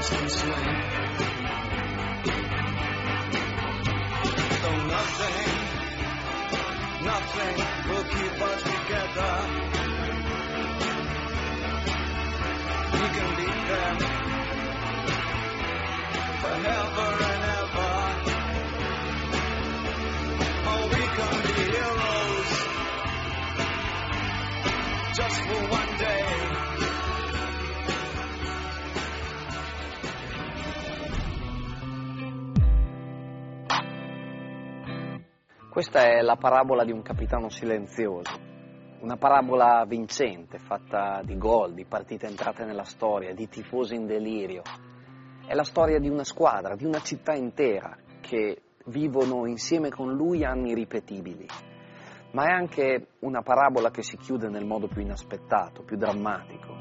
arms can swing. Though nothing will keep us together. We can beat them forever and ever. Oh, we can be heroes just for one day. Questa è la parabola di un capitano silenzioso, una parabola vincente, fatta di gol, di partite entrate nella storia, di tifosi in delirio. È la storia di una squadra, di una città intera, che vivono insieme con lui anni irripetibili. Ma è anche una parabola che si chiude nel modo più inaspettato, più drammatico.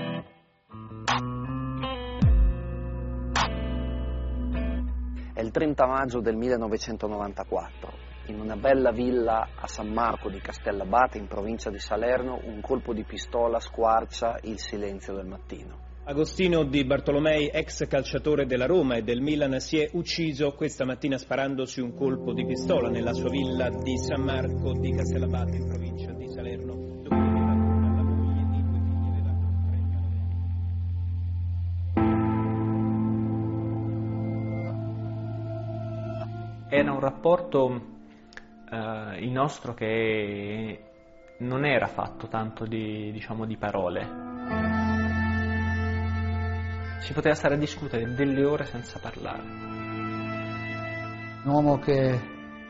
È il 30 maggio del 1994. In una bella villa a San Marco di Castellabate, in provincia di Salerno, un colpo di pistola squarcia il silenzio del mattino. Agostino Di Bartolomei, ex calciatore della Roma e del Milan, si è ucciso questa mattina sparandosi un colpo di pistola nella sua villa di San Marco di Castellabate, in provincia di Salerno, dove viveva con la moglie di 2 figli, aveva 39 anni. Era un rapporto il nostro che non era fatto tanto di parole. Si poteva stare a discutere delle ore senza parlare. Un uomo che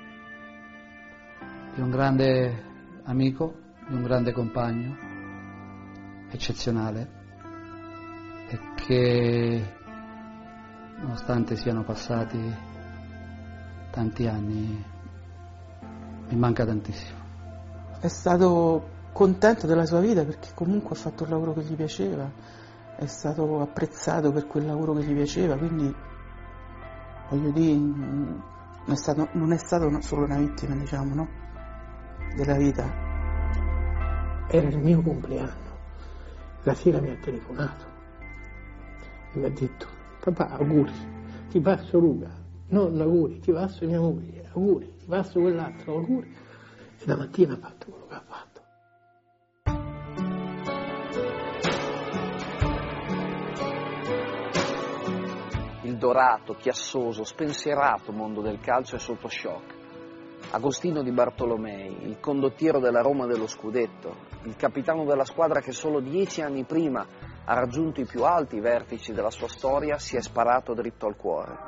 è un grande amico, è un grande compagno, eccezionale, e che nonostante siano passati tanti anni mi manca tantissimo. È stato contento della sua vita perché comunque ha fatto il lavoro che gli piaceva, è stato apprezzato per quel lavoro che gli piaceva, quindi voglio dire, non è stato solo una vittima, diciamo, no? Della vita. Era il mio compleanno, la sera mi ha telefonato e mi ha detto: papà, auguri, ti passo Luca, non auguri, ti passo mia moglie, auguri, ti passo quell'altro, auguri. E la mattina ha fatto quello che ha fatto. Il dorato, chiassoso, spensierato mondo del calcio è sotto shock. Agostino Di Bartolomei, il condottiero della Roma dello scudetto, il capitano della squadra che solo 10 anni prima ha raggiunto i più alti vertici della sua storia, si è sparato dritto al cuore.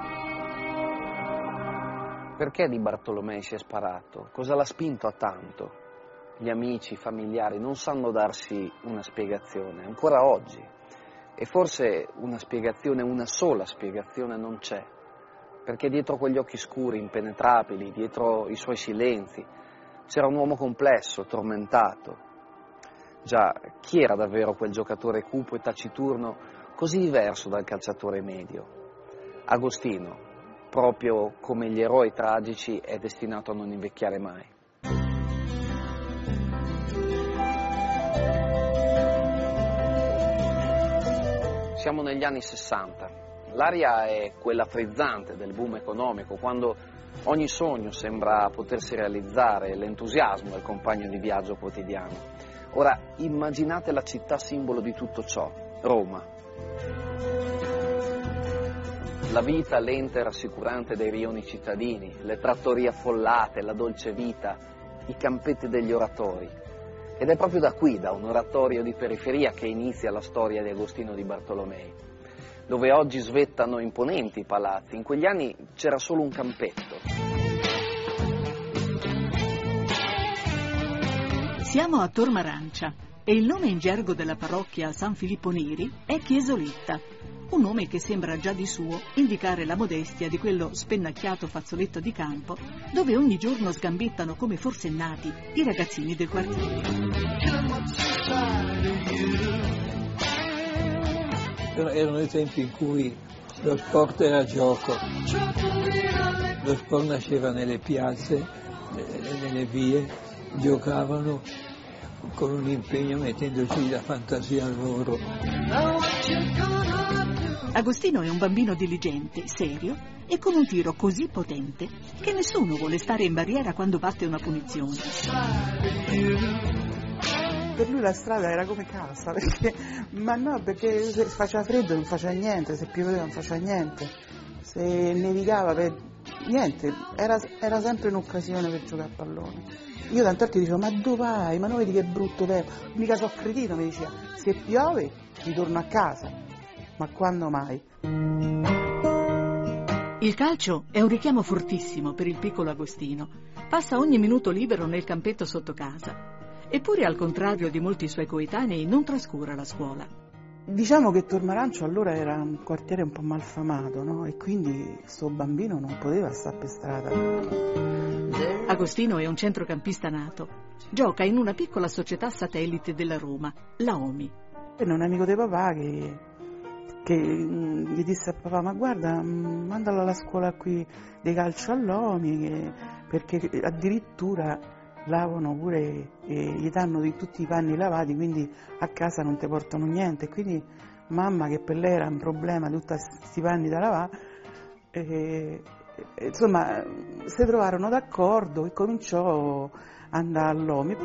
Perché Di Bartolomei si è sparato? Cosa l'ha spinto a tanto? Gli amici, i familiari non sanno darsi una spiegazione, ancora oggi. E forse una sola spiegazione non c'è. Perché dietro quegli occhi scuri, impenetrabili, dietro i suoi silenzi, c'era un uomo complesso, tormentato. Già, chi era davvero quel giocatore cupo e taciturno, così diverso dal calciatore medio? Agostino, proprio come gli eroi tragici, è destinato a non invecchiare mai. Siamo negli anni 60. L'aria è quella frizzante del boom economico, quando ogni sogno sembra potersi realizzare, l'entusiasmo è il compagno di viaggio quotidiano. Ora, immaginate la città simbolo di tutto ciò, Roma. La vita lenta e rassicurante dei rioni cittadini, le trattorie affollate, la dolce vita, i campetti degli oratori. Ed è proprio da qui, da un oratorio di periferia, che inizia la storia di Agostino Di Bartolomei, dove oggi svettano imponenti palazzi. In quegli anni c'era solo un campetto. Siamo a Tor Marancia e il nome in gergo della parrocchia San Filippo Neri è Chiesoletta, un nome che sembra già di suo indicare la modestia di quello spennacchiato fazzoletto di campo dove ogni giorno sgambettano come forsennati i ragazzini del quartiere. Erano i tempi in cui lo sport era gioco, lo sport nasceva nelle piazze, nelle vie, giocavano con un impegno mettendoci la fantasia loro. Agostino è un bambino diligente, serio e con un tiro così potente che nessuno vuole stare in barriera quando batte una punizione. Per lui la strada era come casa, perché se faceva freddo non faceva niente, se pioveva non faceva niente, se nevicava niente, era sempre un'occasione per giocare a pallone. Io tante volte dicevo, ma dove vai? Ma non vedi che brutto tempo? Mica so cretino, mi diceva, se piove ritorno a casa, ma quando mai? Il calcio è un richiamo fortissimo per il piccolo Agostino. Passa ogni minuto libero nel campetto sotto casa. Eppure, al contrario di molti suoi coetanei, non trascura la scuola. Diciamo che Tormarancio allora era un quartiere un po' malfamato, no? E quindi sto bambino non poteva stare per strada. Agostino è un centrocampista nato. Gioca in una piccola società satellite della Roma, la OMI. E un amico di papà che gli disse a papà, ma guarda, mandalo alla scuola qui di calcio all'OMI, perché addirittura lavano pure e gli danno di tutti i panni lavati, quindi a casa non ti portano niente. Quindi mamma, che per lei era un problema tutti questi panni da lavare, insomma si trovarono d'accordo e cominciò ad andare all'OMI.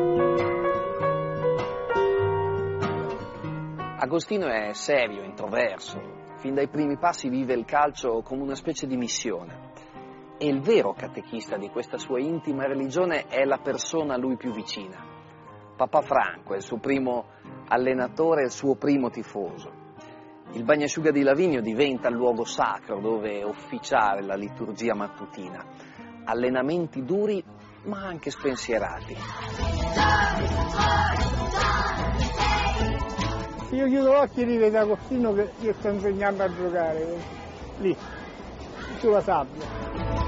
Agostino è serio, introverso, fin dai primi passi vive il calcio come una specie di missione. E il vero catechista di questa sua intima religione è la persona a lui più vicina. Papà Franco è il suo primo allenatore e il suo primo tifoso. Il bagnasciuga di Lavinio diventa il luogo sacro dove officiare la liturgia mattutina. Allenamenti duri ma anche spensierati. Se io chiudo l'occhio e vedo Agostino che io sto insegnando a giocare, lì, sulla sabbia.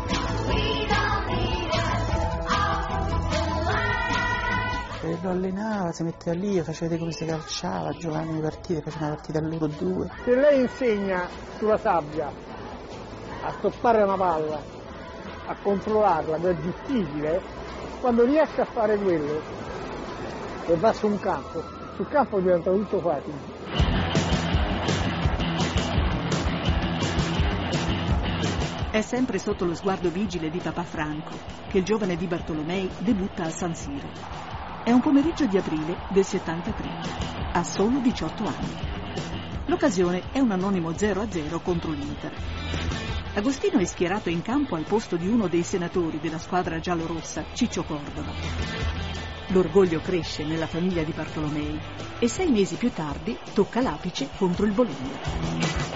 Lo allenava, si metteva lì, faceva vedere come si calciava, giocavano le partite, faceva una partita a loro due. Se lei insegna sulla sabbia a stoppare una palla, a controllarla, che è difficile, quando riesce a fare quello e va su un campo, sul campo diventa tutto facile. È sempre sotto lo sguardo vigile di papà Franco che il giovane Di Bartolomei debutta a San Siro. È un pomeriggio di aprile del 73. Ha solo 18 anni. L'occasione è un anonimo 0-0 contro l'Inter. Agostino è schierato in campo al posto di uno dei senatori della squadra giallorossa, Ciccio Cordova. L'orgoglio cresce nella famiglia di Bartolomei e 6 mesi più tardi tocca l'apice contro il Bologna.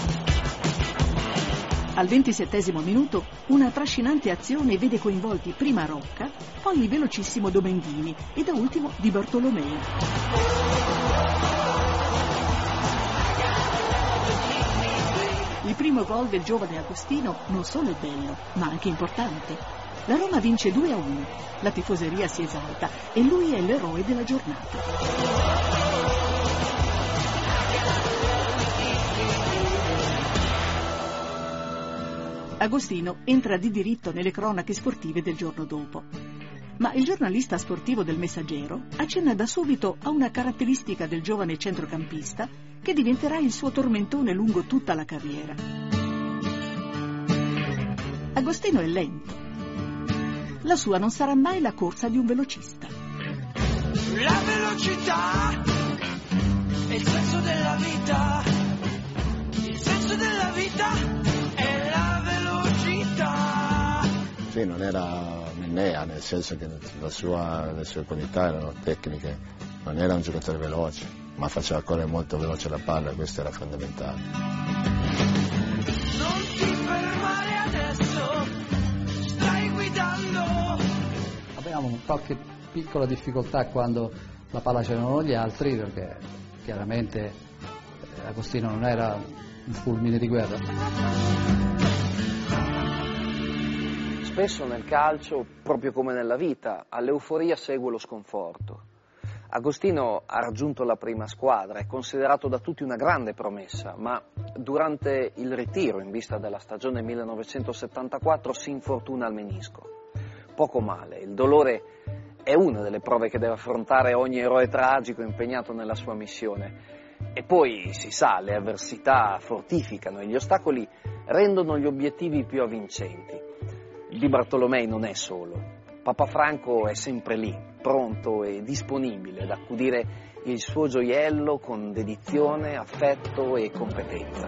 Al 27° minuto una trascinante azione vede coinvolti prima Rocca, poi il velocissimo Domenghini e da ultimo Di Bartolomei. Il primo gol del giovane Agostino non solo è bello, ma anche importante. La Roma vince 2-1, la tifoseria si esalta e lui è l'eroe della giornata. Agostino entra di diritto nelle cronache sportive del giorno dopo. Ma il giornalista sportivo del Messaggero accenna da subito a una caratteristica del giovane centrocampista che diventerà il suo tormentone lungo tutta la carriera. Agostino è lento. La sua non sarà mai la corsa di un velocista. La velocità è il senso della vita. Il senso della vita è la velocità. Sì, non era Minnea, nel senso che le sue qualità erano tecniche, non era un giocatore veloce, ma faceva correre molto veloce la palla e questo era fondamentale. Non ti fermare adesso, stai guidando. Avevamo qualche piccola difficoltà quando la palla c'erano gli altri, perché chiaramente Agostino non era un fulmine di guerra. Spesso nel calcio, proprio come nella vita, all'euforia segue lo sconforto. Agostino ha raggiunto la prima squadra, è considerato da tutti una grande promessa, ma durante il ritiro in vista della stagione 1974 si infortuna al menisco. Poco male, il dolore è una delle prove che deve affrontare ogni eroe tragico impegnato nella sua missione. E poi, si sa, le avversità fortificano e gli ostacoli rendono gli obiettivi più avvincenti. Di Bartolomei non è solo. Papa Franco è sempre lì, pronto e disponibile ad accudire il suo gioiello con dedizione, affetto e competenza.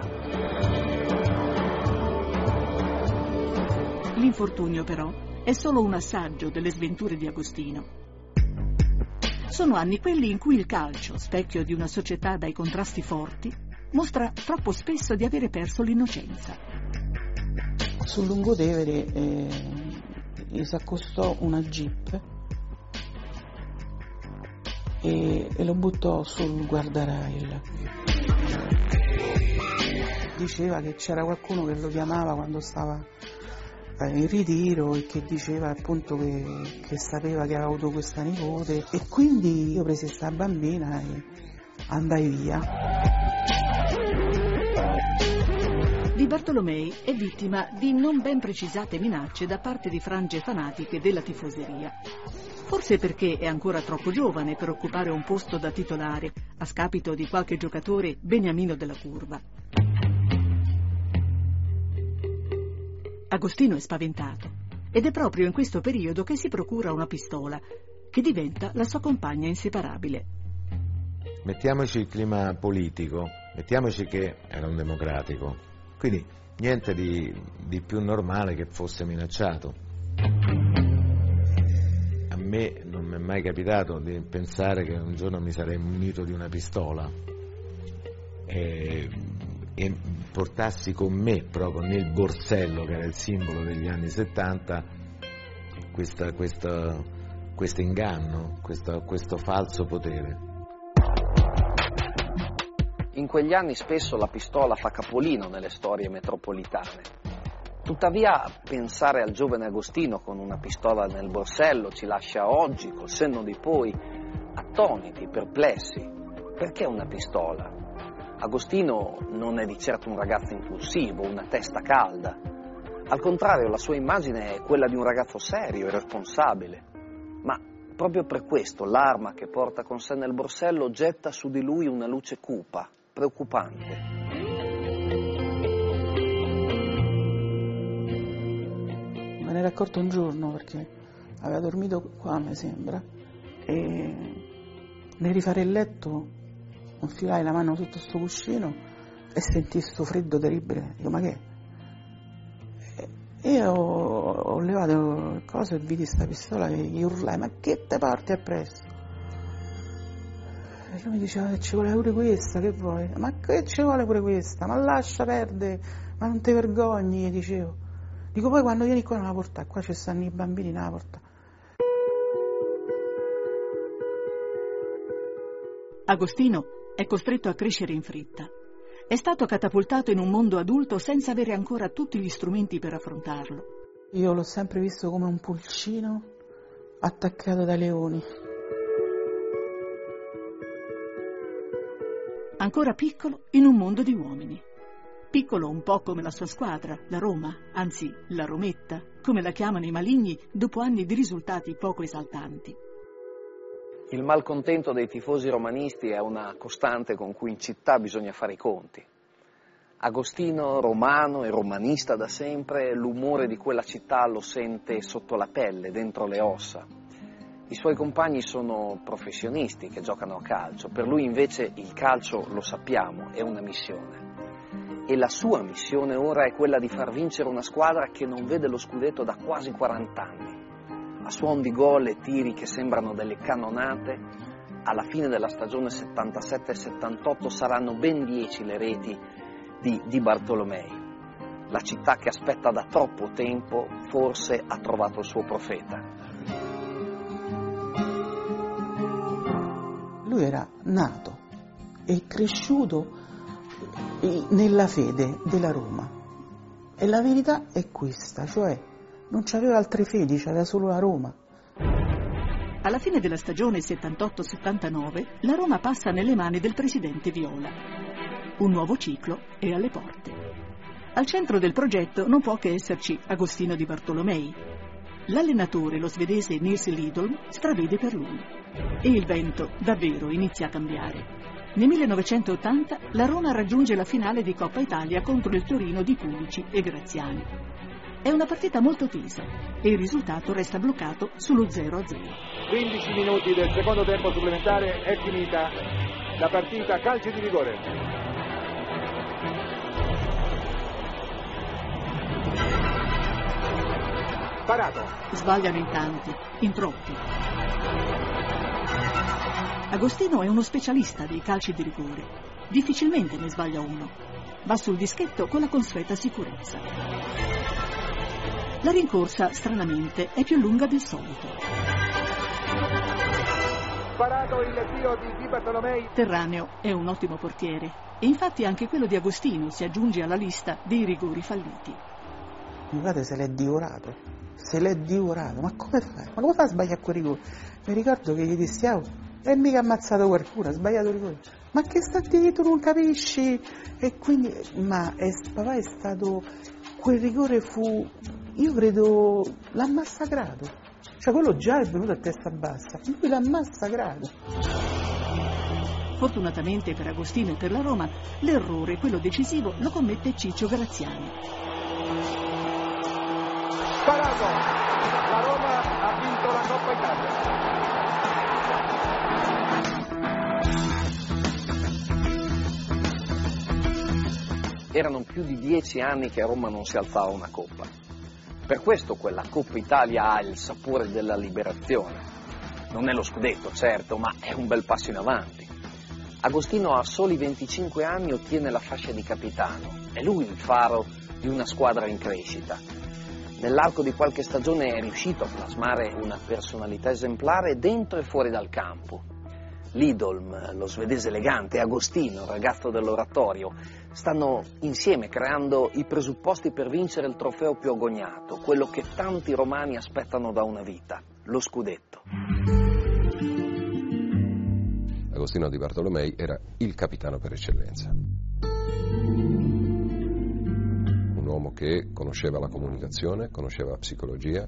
L'infortunio, però, è solo un assaggio delle sventure di Agostino. Sono anni quelli in cui il calcio, specchio di una società dai contrasti forti, mostra troppo spesso di avere perso l'innocenza. Sul Lungotevere gli si accostò una jeep e lo buttò sul guardrail. Diceva che c'era qualcuno che lo chiamava quando stava in ritiro e che diceva appunto che sapeva che aveva avuto questa nipote, e quindi io presi questa bambina e andai via. Di Bartolomei è vittima di non ben precisate minacce da parte di frange fanatiche della tifoseria. Forse perché è ancora troppo giovane per occupare un posto da titolare, a scapito di qualche giocatore beniamino della curva. Agostino è spaventato ed è proprio in questo periodo che si procura una pistola, che diventa la sua compagna inseparabile. Mettiamoci il clima politico, mettiamoci che era un democratico, quindi niente di più normale che fosse minacciato. A me non mi è mai capitato di pensare che un giorno mi sarei munito di una pistola e portassi con me proprio nel borsello, che era il simbolo degli anni 70, questo inganno, questo falso potere. In quegli anni spesso la pistola fa capolino nelle storie metropolitane. Tuttavia, pensare al giovane Agostino con una pistola nel borsello ci lascia oggi, col senno di poi, attoniti, perplessi. Perché una pistola? Agostino non è di certo un ragazzo impulsivo, una testa calda. Al contrario, la sua immagine è quella di un ragazzo serio e responsabile. Ma proprio per questo l'arma che porta con sé nel borsello getta su di lui una luce cupa, preoccupante. Me ne ero accorto un giorno perché aveva dormito qua, mi sembra, e nel rifare il letto infilai la mano sotto sto cuscino e sentii sto freddo terribile. Dico, ma che è? E io ho levato il coso e vidi sta pistola e gli urlai, ma che te porti appresso? E lui mi diceva, ci vuole pure questa, che vuoi? Ma che ci vuole pure questa? Ma lascia perdere, ma non ti vergogni, gli dicevo. Dico, poi quando vieni qua non la porta, qua ci stanno i bambini nella porta. Agostino è costretto a crescere in fretta. È stato catapultato in un mondo adulto senza avere ancora tutti gli strumenti per affrontarlo. Io l'ho sempre visto come un pulcino attaccato dai leoni. Ancora piccolo in un mondo di uomini. Piccolo un po' come la sua squadra, la Roma, anzi la Rometta, come la chiamano i maligni dopo anni di risultati poco esaltanti. Il malcontento dei tifosi romanisti è una costante con cui in città bisogna fare i conti. Agostino, romano e romanista da sempre, l'umore di quella città lo sente sotto la pelle, dentro le ossa. I suoi compagni sono professionisti che giocano a calcio, per lui invece il calcio, lo sappiamo, è una missione. E la sua missione ora è quella di far vincere una squadra che non vede lo scudetto da quasi 40 anni. A suon di gol e tiri che sembrano delle cannonate, alla fine della stagione 77-78 saranno ben 10 le reti di Bartolomei. La città che aspetta da troppo tempo forse ha trovato il suo profeta. Lui era nato e cresciuto nella fede della Roma. E la verità è questa, cioè non c'aveva altre fedi, c'aveva solo la Roma. Alla fine della stagione 78-79 la Roma passa nelle mani del presidente Viola. Un nuovo ciclo è alle porte. Al centro del progetto non può che esserci Agostino Di Bartolomei. L'allenatore, lo svedese Nils Lidholm, stravede per lui. E il vento davvero inizia a cambiare. Nel 1980 la Roma raggiunge la finale di Coppa Italia contro il Torino di Pulici e Graziani. È una partita molto tesa e il risultato resta bloccato sullo 0-0. 15 minuti del secondo tempo supplementare, è finita la partita, calcio di rigore. Parato. Sbagliano in tanti, in troppi. Agostino è uno specialista dei calci di rigore. Difficilmente ne sbaglia uno. Va sul dischetto con la consueta sicurezza. La rincorsa, stranamente, è più lunga del solito. Parato il tiro di Di Bartolomei. Terraneo è un ottimo portiere e infatti anche quello di Agostino si aggiunge alla lista dei rigori falliti. Mio padre se l'è divorato, ma come fai? Ma come fa a sbagliare quel rigore? Mi ricordo che gli dissi, e mica ha ammazzato qualcuno, ha sbagliato il rigore. Ma che sta dietro, non capisci? E quindi, papà è stato, quel rigore fu, io credo, l'ha massacrato. Cioè quello già è venuto a testa bassa, lui l'ha massacrato. Fortunatamente per Agostino e per la Roma, l'errore, quello decisivo, lo commette Ciccio Graziani. Parato! La Roma ha vinto la Coppa Italia. Erano più di 10 anni che a Roma non si alzava una coppa. Per questo quella Coppa Italia ha il sapore della liberazione. Non è lo scudetto, certo, ma è un bel passo in avanti. Agostino a soli 25 anni ottiene la fascia di capitano. È lui il faro di una squadra in crescita. Nell'arco di qualche stagione è riuscito a plasmare una personalità esemplare dentro e fuori dal campo. Lidolm, lo svedese elegante, e Agostino, il ragazzo dell'oratorio, stanno insieme creando i presupposti per vincere il trofeo più agognato, quello che tanti romani aspettano da una vita, lo scudetto. Agostino Di Bartolomei era il capitano per eccellenza. Un uomo che conosceva la comunicazione, conosceva la psicologia,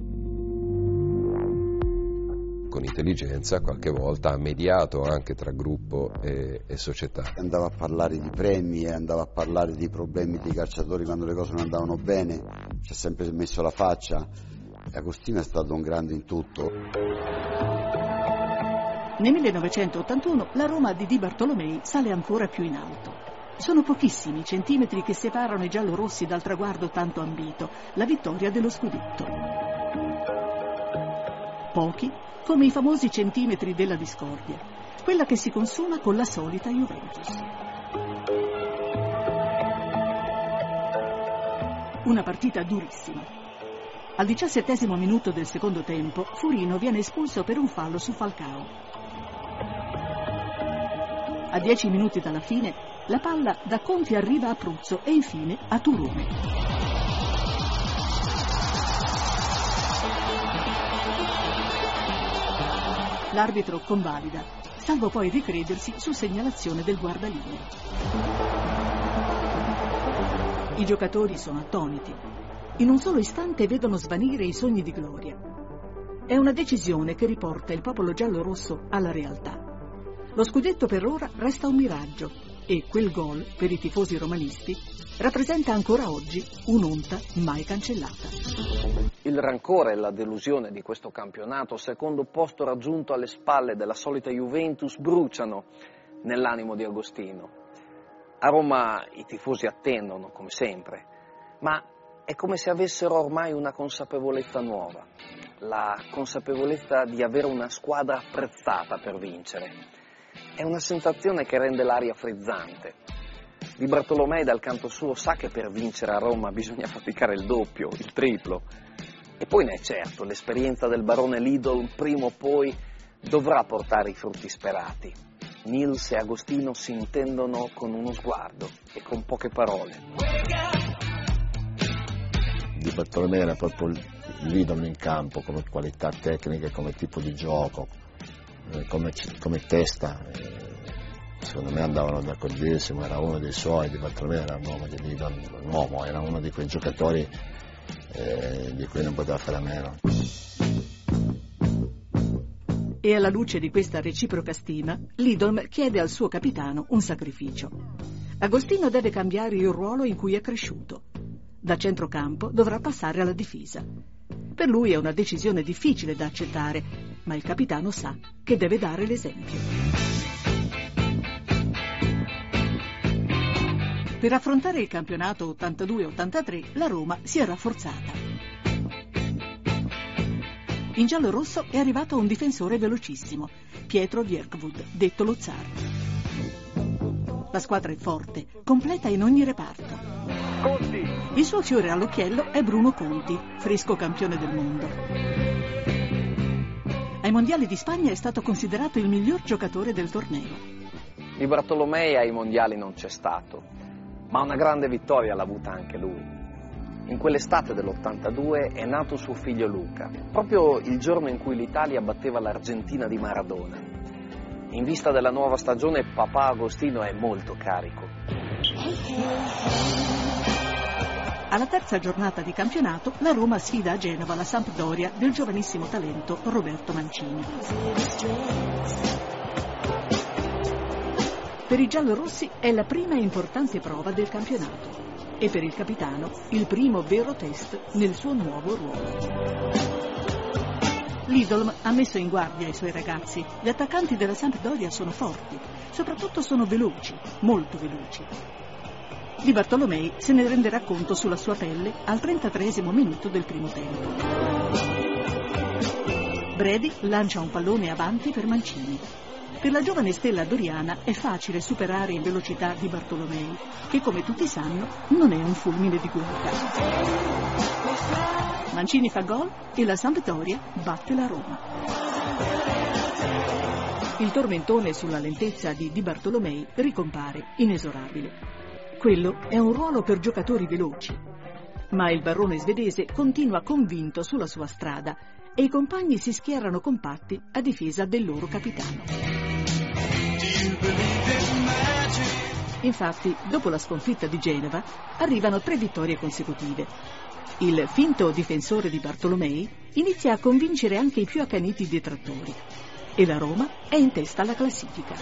con intelligenza qualche volta ha mediato anche tra gruppo e società. Andava a parlare di premi, andava a parlare di problemi dei calciatori quando le cose non andavano bene, ci ha sempre messo la faccia. Agostino è stato un grande in tutto. Nel 1981 la Roma di Di Bartolomei sale ancora più in alto. Sono pochissimi i centimetri che separano i giallorossi dal traguardo tanto ambito, la vittoria dello scudetto. Pochi come i famosi centimetri della discordia, quella che si consuma con la solita Juventus. Una partita durissima. Al 17° minuto del secondo tempo, Furino viene espulso per un fallo su Falcao. A 10 minuti dalla fine, la palla da Conti arriva a Pruzzo e infine a Turone. L'arbitro convalida, salvo poi ricredersi su segnalazione del guardalinee. I giocatori sono attoniti. In un solo istante vedono svanire i sogni di gloria. È una decisione che riporta il popolo giallo-rosso alla realtà. Lo scudetto per ora resta un miraggio e quel gol, per i tifosi romanisti, rappresenta ancora oggi un'onta mai cancellata. Il rancore e la delusione di questo campionato, secondo posto raggiunto alle spalle della solita Juventus, bruciano nell'animo di Agostino. A Roma i tifosi attendono, come sempre, ma è come se avessero ormai una consapevolezza nuova, la consapevolezza di avere una squadra apprezzata per vincere. È una sensazione che rende l'aria frizzante. Di Bartolomei dal canto suo sa che per vincere a Roma bisogna faticare il doppio, il triplo. E poi ne è certo, l'esperienza del barone Lidl prima o poi dovrà portare i frutti sperati. Nils e Agostino si intendono con uno sguardo e con poche parole. Di Bartolomei era proprio l'idolo in campo, come qualità tecniche, come tipo di gioco, come testa. Secondo me andavano d'accordissimo, era uno dei suoi. Di Bartolomei era un uomo un uomo, era uno di quei giocatori di cui non poteva fare a meno. E alla luce di questa reciproca stima, l'Idolm chiede al suo capitano un sacrificio. Agostino deve cambiare il ruolo in cui è cresciuto. Da centrocampo dovrà passare alla difesa. Per lui è una decisione difficile da accettare, ma il capitano sa che deve dare l'esempio. Per affrontare il campionato 82-83, la Roma si è rafforzata. In giallo-rosso è arrivato un difensore velocissimo, Pietro Bjerkwood, detto lo zar. La squadra è forte, completa in ogni reparto. Il suo fiore all'occhiello è Bruno Conti, fresco campione del mondo. Ai mondiali di Spagna è stato considerato il miglior giocatore del torneo. Di Bartolomei ai mondiali non c'è stato, ma una grande vittoria l'ha avuta anche lui. In quell'estate dell'82 è nato suo figlio Luca, proprio il giorno in cui l'Italia batteva l'Argentina di Maradona. In vista della nuova stagione, papà Agostino è molto carico. Alla terza giornata di campionato, la Roma sfida a Genova la Sampdoria del giovanissimo talento Roberto Mancini. Per i giallorossi è la prima importante prova del campionato e per il capitano il primo vero test nel suo nuovo ruolo. L'Idolm ha messo in guardia i suoi ragazzi. Gli attaccanti della Sampdoria sono forti, soprattutto sono veloci, molto veloci. Di Bartolomei se ne renderà conto sulla sua pelle al 33esimo minuto del primo tempo. Brady lancia un pallone avanti per Mancini. Per la giovane stella doriana è facile superare in velocità Di Bartolomei, che come tutti sanno non è un fulmine di guerra. Mancini fa gol e la Sampdoria batte la Roma. Il tormentone sulla lentezza di Di Bartolomei ricompare inesorabile. Quello è un ruolo per giocatori veloci, ma il barone svedese continua convinto sulla sua strada e i compagni si schierano compatti a difesa del loro capitano. Infatti, dopo la sconfitta di Genova, arrivano 3 vittorie consecutive. Il finto difensore di Bartolomei inizia a convincere anche i più accaniti detrattori e la Roma è in testa alla classifica.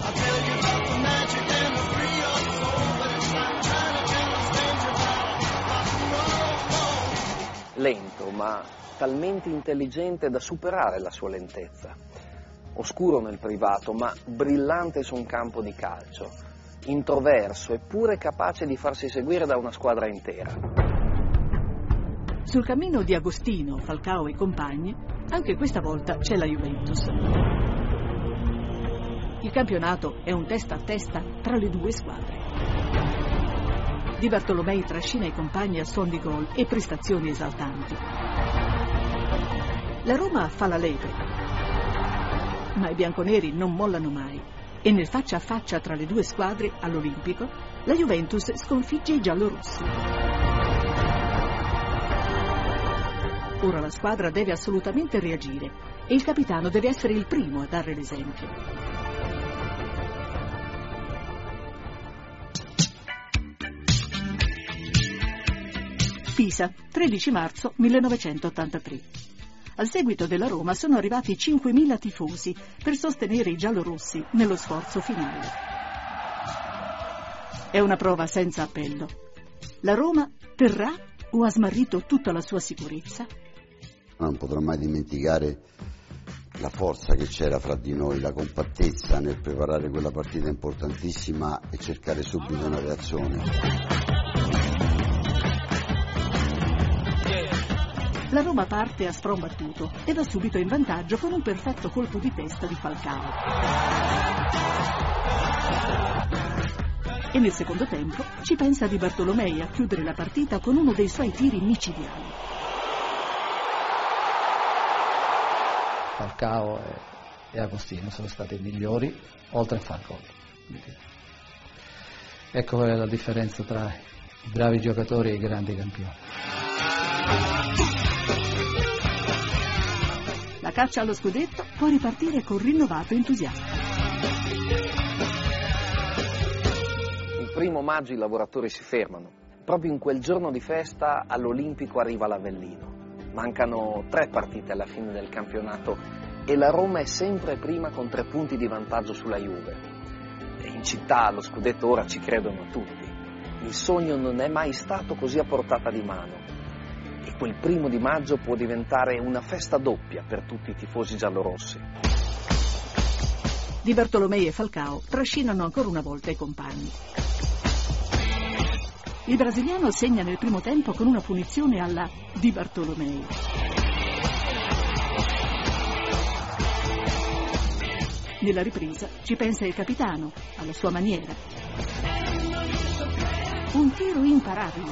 Lento, ma talmente intelligente da superare la sua lentezza. Oscuro nel privato, ma brillante su un campo di calcio. Introverso, eppure capace di farsi seguire da una squadra intera. Sul cammino di Agostino, Falcao e compagni, anche questa volta c'è la Juventus. Il campionato è un testa a testa tra le due squadre. Di Bartolomei trascina i compagni a suon di gol e prestazioni esaltanti. La Roma fa la lepre, ma i bianconeri non mollano mai e nel faccia a faccia tra le due squadre all'Olimpico la Juventus sconfigge i giallorossi. Ora la squadra deve assolutamente reagire e il capitano deve essere il primo a dare l'esempio. Pisa, 13 marzo 1983. Al seguito della Roma sono arrivati 5.000 tifosi per sostenere i giallorossi nello sforzo finale. È una prova senza appello. La Roma terrà o ha smarrito tutta la sua sicurezza? Non potrò mai dimenticare la forza che c'era fra di noi, la compattezza nel preparare quella partita importantissima e cercare subito una reazione. La Roma parte a sprombattuto e va subito in vantaggio con un perfetto colpo di testa di Falcao. E nel secondo tempo ci pensa Di Bartolomei a chiudere la partita con uno dei suoi tiri micidiali. Falcao e Agostino sono stati i migliori, oltre a far gol. Ecco qual è la differenza tra i bravi giocatori e i grandi campioni. La caccia allo scudetto può ripartire con rinnovato entusiasmo. Il 1° maggio i lavoratori si fermano. Proprio in quel giorno di festa all'Olimpico arriva l'Avellino. Mancano 3 partite alla fine del campionato e la Roma è sempre prima con 3 punti di vantaggio sulla Juve. E in città allo scudetto ora ci credono tutti. Il sogno non è mai stato così a portata di mano e quel 1° maggio può diventare una festa doppia per tutti i tifosi giallorossi. Di Bartolomei e Falcao trascinano ancora una volta i compagni. Il brasiliano segna nel primo tempo con una punizione alla Di Bartolomei. Nella ripresa ci pensa il capitano, alla sua maniera. Un tiro imparabile.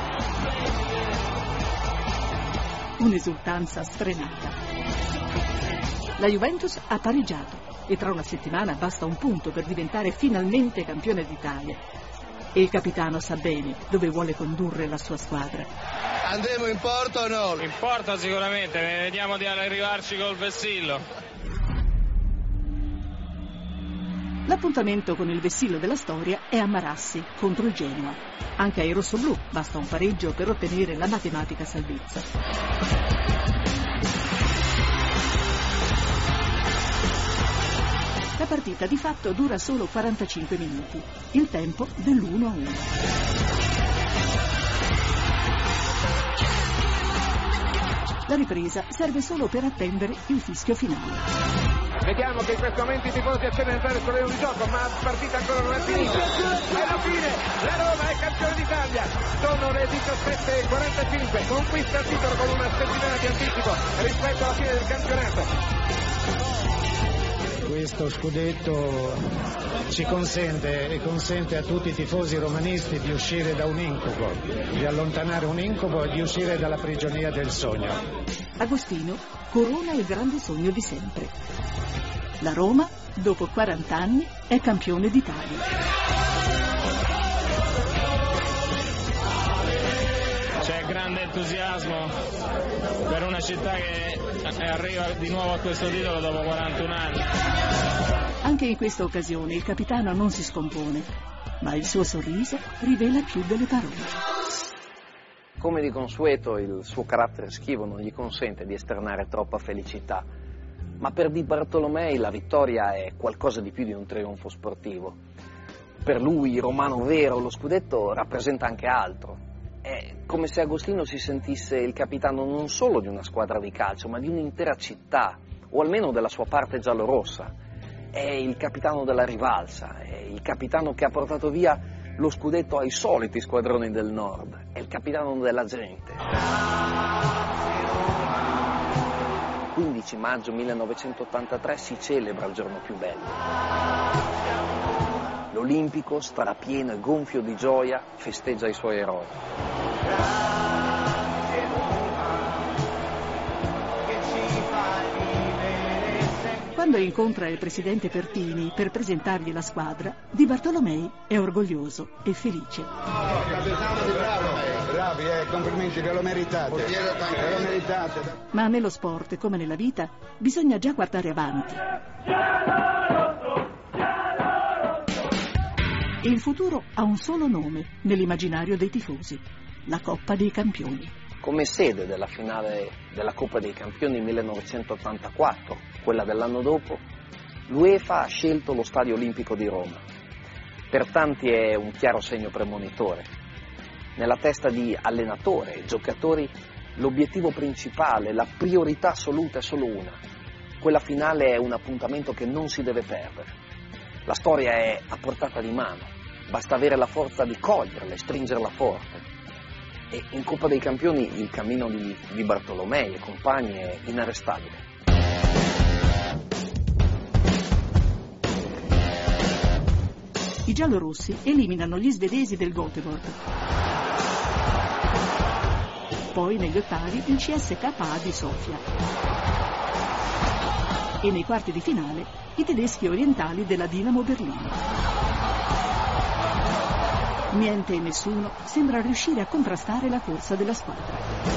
Un'esultanza sfrenata. La Juventus ha pareggiato e tra una settimana basta un punto per diventare finalmente campione d'Italia. E il capitano sa bene dove vuole condurre la sua squadra. Andremo in porto o no? In porto sicuramente, vediamo di arrivarci col vessillo. L'appuntamento con il vessillo della storia è a Marassi contro il Genoa. Anche ai rossoblù basta un pareggio per ottenere la matematica salvezza. La partita di fatto dura solo 45 minuti, il tempo dell'1-1. La ripresa serve solo per attendere il fischio finale. Vediamo che in questo momento i tifosi accendono ad entrare sul terreno di gioco, ma la partita ancora non è finita. E alla fine la Roma è campione d'Italia. Sono le 17:45, conquista il titolo con una settimana di anticipo rispetto alla fine del campionato. Questo scudetto ci consente e consente a tutti i tifosi romanisti di uscire da un incubo, di allontanare un incubo e di uscire dalla prigionia del sogno. Agostino corona il grande sogno di sempre. La Roma, dopo 40 anni, è campione d'Italia. C'è grande entusiasmo per una città che arriva di nuovo a questo titolo dopo 41 anni. Anche in questa occasione il capitano non si scompone, ma il suo sorriso rivela più delle parole. Come di consueto il suo carattere schivo non gli consente di esternare troppa felicità, ma per Di Bartolomei la vittoria è qualcosa di più di un trionfo sportivo. Per lui, romano vero, lo scudetto rappresenta anche altro. È come se Agostino si sentisse il capitano non solo di una squadra di calcio, ma di un'intera città, o almeno della sua parte giallorossa. È il capitano della rivalsa, è il capitano che ha portato via lo scudetto ai soliti squadroni del nord, è il capitano della gente. 15 maggio 1983 si celebra il giorno più bello. L'Olimpico, strapieno e gonfio di gioia, festeggia i suoi eroi. Quando incontra il presidente Pertini per presentargli la squadra, Di Bartolomei è orgoglioso e felice. Bravi, complimenti, ve lo meritate. Ma nello sport, come nella vita, bisogna già guardare avanti. E il futuro ha un solo nome nell'immaginario dei tifosi: la Coppa dei Campioni. Come sede della finale della Coppa dei Campioni 1984, quella dell'anno dopo, l'UEFA ha scelto lo Stadio Olimpico di Roma. Per tanti è un chiaro segno premonitore. Nella testa di allenatore e giocatori l'obiettivo principale, la priorità assoluta è solo una. Quella finale è un appuntamento che non si deve perdere. La storia è a portata di mano, basta avere la forza di coglierla e stringerla forte. E in Coppa dei Campioni il cammino di Bartolomei e compagni è inarrestabile. I giallorossi eliminano gli svedesi del Göteborg. Poi negli ottavi il CSKA di Sofia. E nei quarti di finale i tedeschi orientali della Dinamo Berlino. Niente e nessuno sembra riuscire a contrastare la corsa della squadra.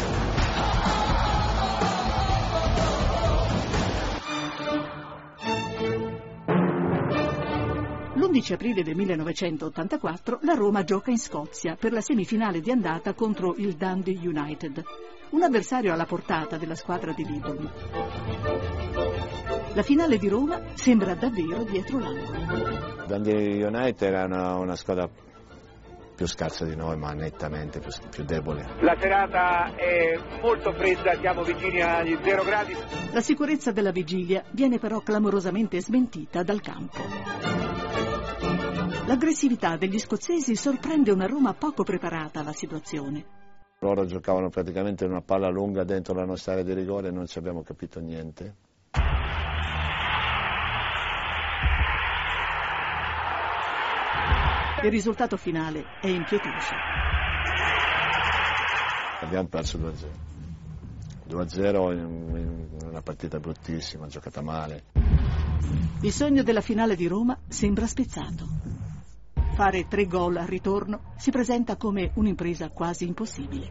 L'11 aprile del 1984 la Roma gioca in Scozia per la semifinale di andata contro il Dundee United, un avversario alla portata della squadra di Liverpool. La finale di Roma sembra davvero dietro l'angolo. Dundee United era una squadra più scarsa di noi, ma nettamente più debole. La serata è molto fredda, siamo vicini agli 0 gradi. La sicurezza della vigilia viene però clamorosamente smentita dal campo. L'aggressività degli scozzesi sorprende una Roma poco preparata alla situazione. Loro giocavano praticamente una palla lunga dentro la nostra area di rigore e non ci abbiamo capito niente. Il risultato finale è impietoso. Abbiamo perso 2-0. 2-0 in una partita bruttissima, giocata male. Il sogno della finale di Roma sembra spezzato. Fare 3 gol al ritorno si presenta come un'impresa quasi impossibile.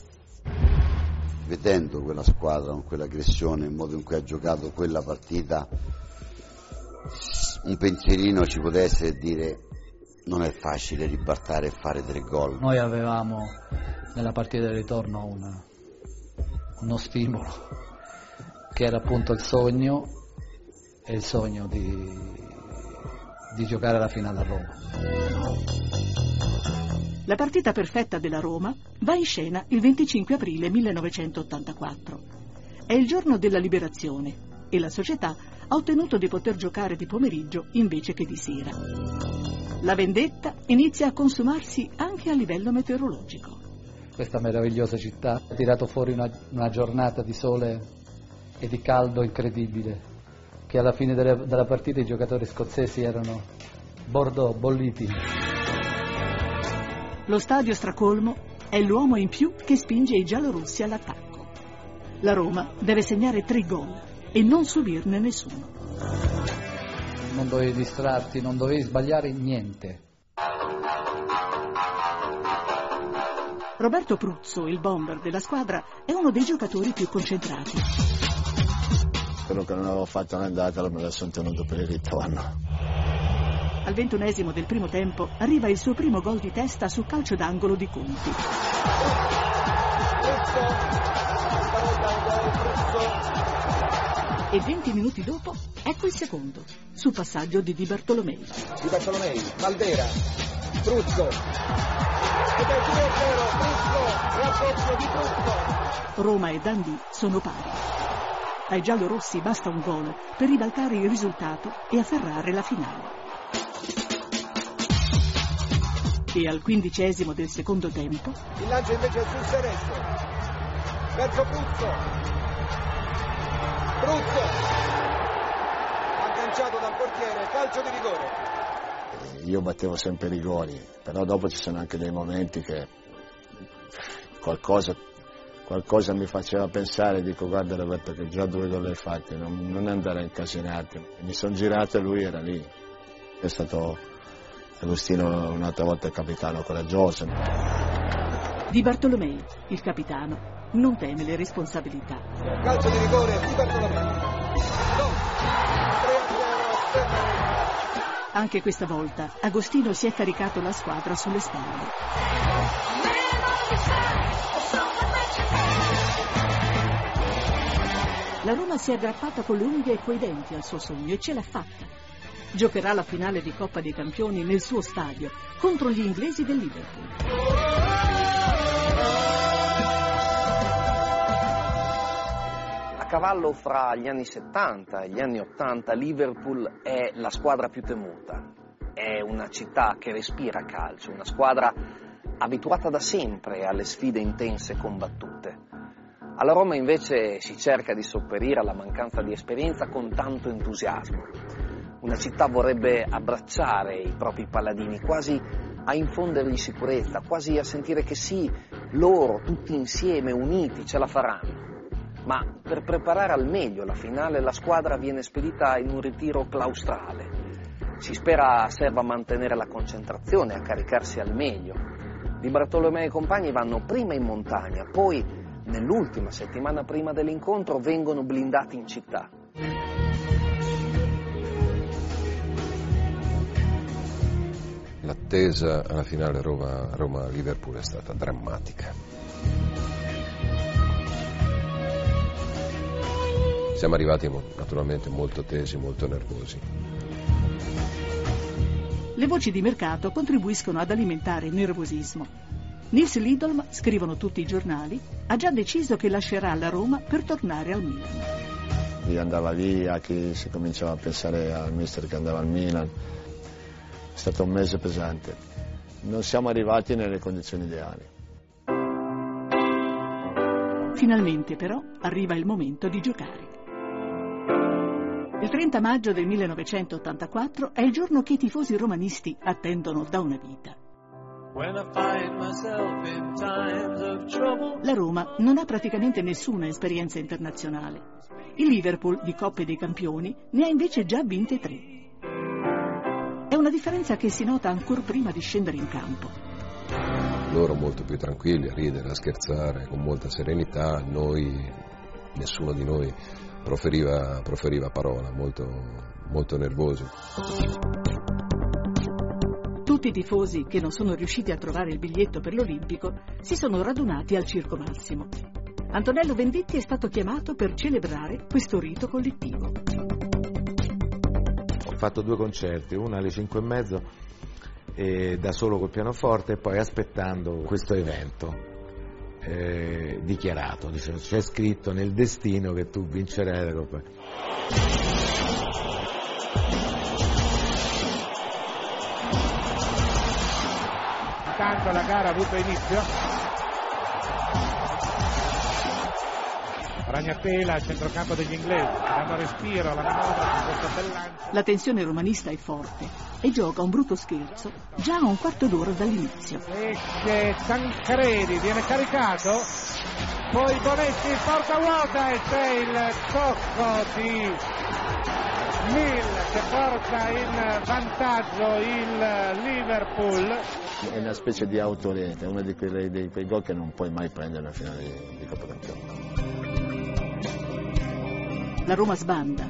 Vedendo quella squadra con quell'aggressione, il modo in cui ha giocato quella partita, un pensierino ci poteva essere dire: non è facile ribaltare e fare 3 gol. Noi avevamo nella partita del ritorno uno stimolo, che era appunto il sogno di giocare la finale a Roma. La partita perfetta della Roma va in scena il 25 aprile 1984. È il giorno della liberazione e la società ha ottenuto di poter giocare di pomeriggio invece che di sera. La vendetta inizia a consumarsi anche a livello meteorologico. Questa meravigliosa città ha tirato fuori una giornata di sole e di caldo incredibile, che alla fine della partita i giocatori scozzesi erano Bordeaux, bolliti. Lo stadio stracolmo è l'uomo in più che spinge i giallorossi all'attacco. La Roma deve segnare 3 gol e non subirne nessuno. Non dovevi distrarti, non dovevi sbagliare niente. Roberto Pruzzo, il bomber della squadra, è uno dei giocatori più concentrati. Quello che non avevo fatto all'andata me lo sono tenuto per il ritorno. Al 21esimo del primo tempo arriva il suo primo gol di testa su calcio d'angolo di Conti. E 20 minuti dopo, ecco il secondo, su passaggio di Di Bartolomei. Di Bartolomei, Maldera, Pruzzo. Ed è 2-0, Pruzzo, raddoppio di Pruzzo. Roma e Dundee sono pari. Ai giallorossi basta un gol per ribaltare il risultato e afferrare la finale. E al 15esimo del secondo tempo... Il lancio invece è sul Seresto. Verso Pruzzo. Pruzzo. Agganciato dal portiere, calcio di rigore. Io battevo sempre rigori, però dopo ci sono anche dei momenti che qualcosa mi faceva pensare, dico: guarda Roberto, che già 2 gol hai fatti, non andare a incasinarti. Mi sono girato e lui era lì. È stato Agostino un'altra volta il capitano coraggioso. Di Bartolomei, il capitano, non teme le responsabilità. Calcio di rigore di Bartolomei. Anche questa volta Agostino si è caricato la squadra sulle spalle. La Roma si è aggrappata con le unghie e coi denti al suo sogno e ce l'ha fatta. Giocherà la finale di Coppa dei Campioni nel suo stadio contro gli inglesi del Liverpool. A cavallo fra gli anni 70 e gli anni 80 Liverpool è la squadra più temuta. È una città che respira calcio, una squadra abituata da sempre alle sfide intense e combattute. Alla Roma invece si cerca di sopperire alla mancanza di esperienza con tanto entusiasmo. Una città vorrebbe abbracciare i propri paladini, quasi a infondergli sicurezza, quasi a sentire che sì, loro tutti insieme, uniti, ce la faranno. Ma per preparare al meglio la finale la squadra viene spedita in un ritiro claustrale. Si spera serva a mantenere la concentrazione, a caricarsi al meglio. Di Bartolomei e compagni vanno prima in montagna, poi nell'ultima settimana prima dell'incontro vengono blindati in città. L'attesa alla finale Roma-Liverpool è stata drammatica. siamo arrivati naturalmente molto tesi, molto nervosi. Le voci di mercato contribuiscono ad alimentare il nervosismo. Nils Lidholm, scrivono tutti i giornali, ha già deciso che lascerà la Roma per tornare al Milan. Chi andava via, chi si cominciava a pensare al mister che andava al Milan. È stato un mese pesante. Non siamo arrivati nelle condizioni ideali. Finalmente però arriva il momento di giocare. Il 30 maggio del 1984 è il giorno che i tifosi romanisti attendono da una vita. La Roma non ha praticamente nessuna esperienza internazionale. Il Liverpool, di Coppe dei Campioni, ne ha invece già vinte 3. È una differenza che si nota ancor prima di scendere in campo. Loro molto più tranquilli, a ridere, a scherzare, con molta serenità. Noi, nessuno di noi proferiva parola, molto nervosi. Tutti i tifosi che non sono riusciti a trovare il biglietto per l'Olimpico si sono radunati al Circo Massimo. Antonello Venditti è stato chiamato per celebrare questo rito collettivo. Ho fatto 2 concerti, uno alle 5:30 da solo col pianoforte e poi aspettando questo evento dichiarato. C'è scritto nel destino che tu vincerai la Coppa. Intanto la gara ha avuto inizio. Ragnatela al centrocampo degli inglesi, dando respiro alla manovra di questo bell'ancio. La tensione romanista è forte e gioca un brutto scherzo già a un quarto d'ora dall'inizio. Esce Tancredi, viene caricato, poi Bonetti in porta vuota e c'è il tocco di Mill che porta in vantaggio il Liverpool. È una specie di autorete, è uno di quei gol che non puoi mai prendere nella finale di Coppa Campioni. La Roma sbanda,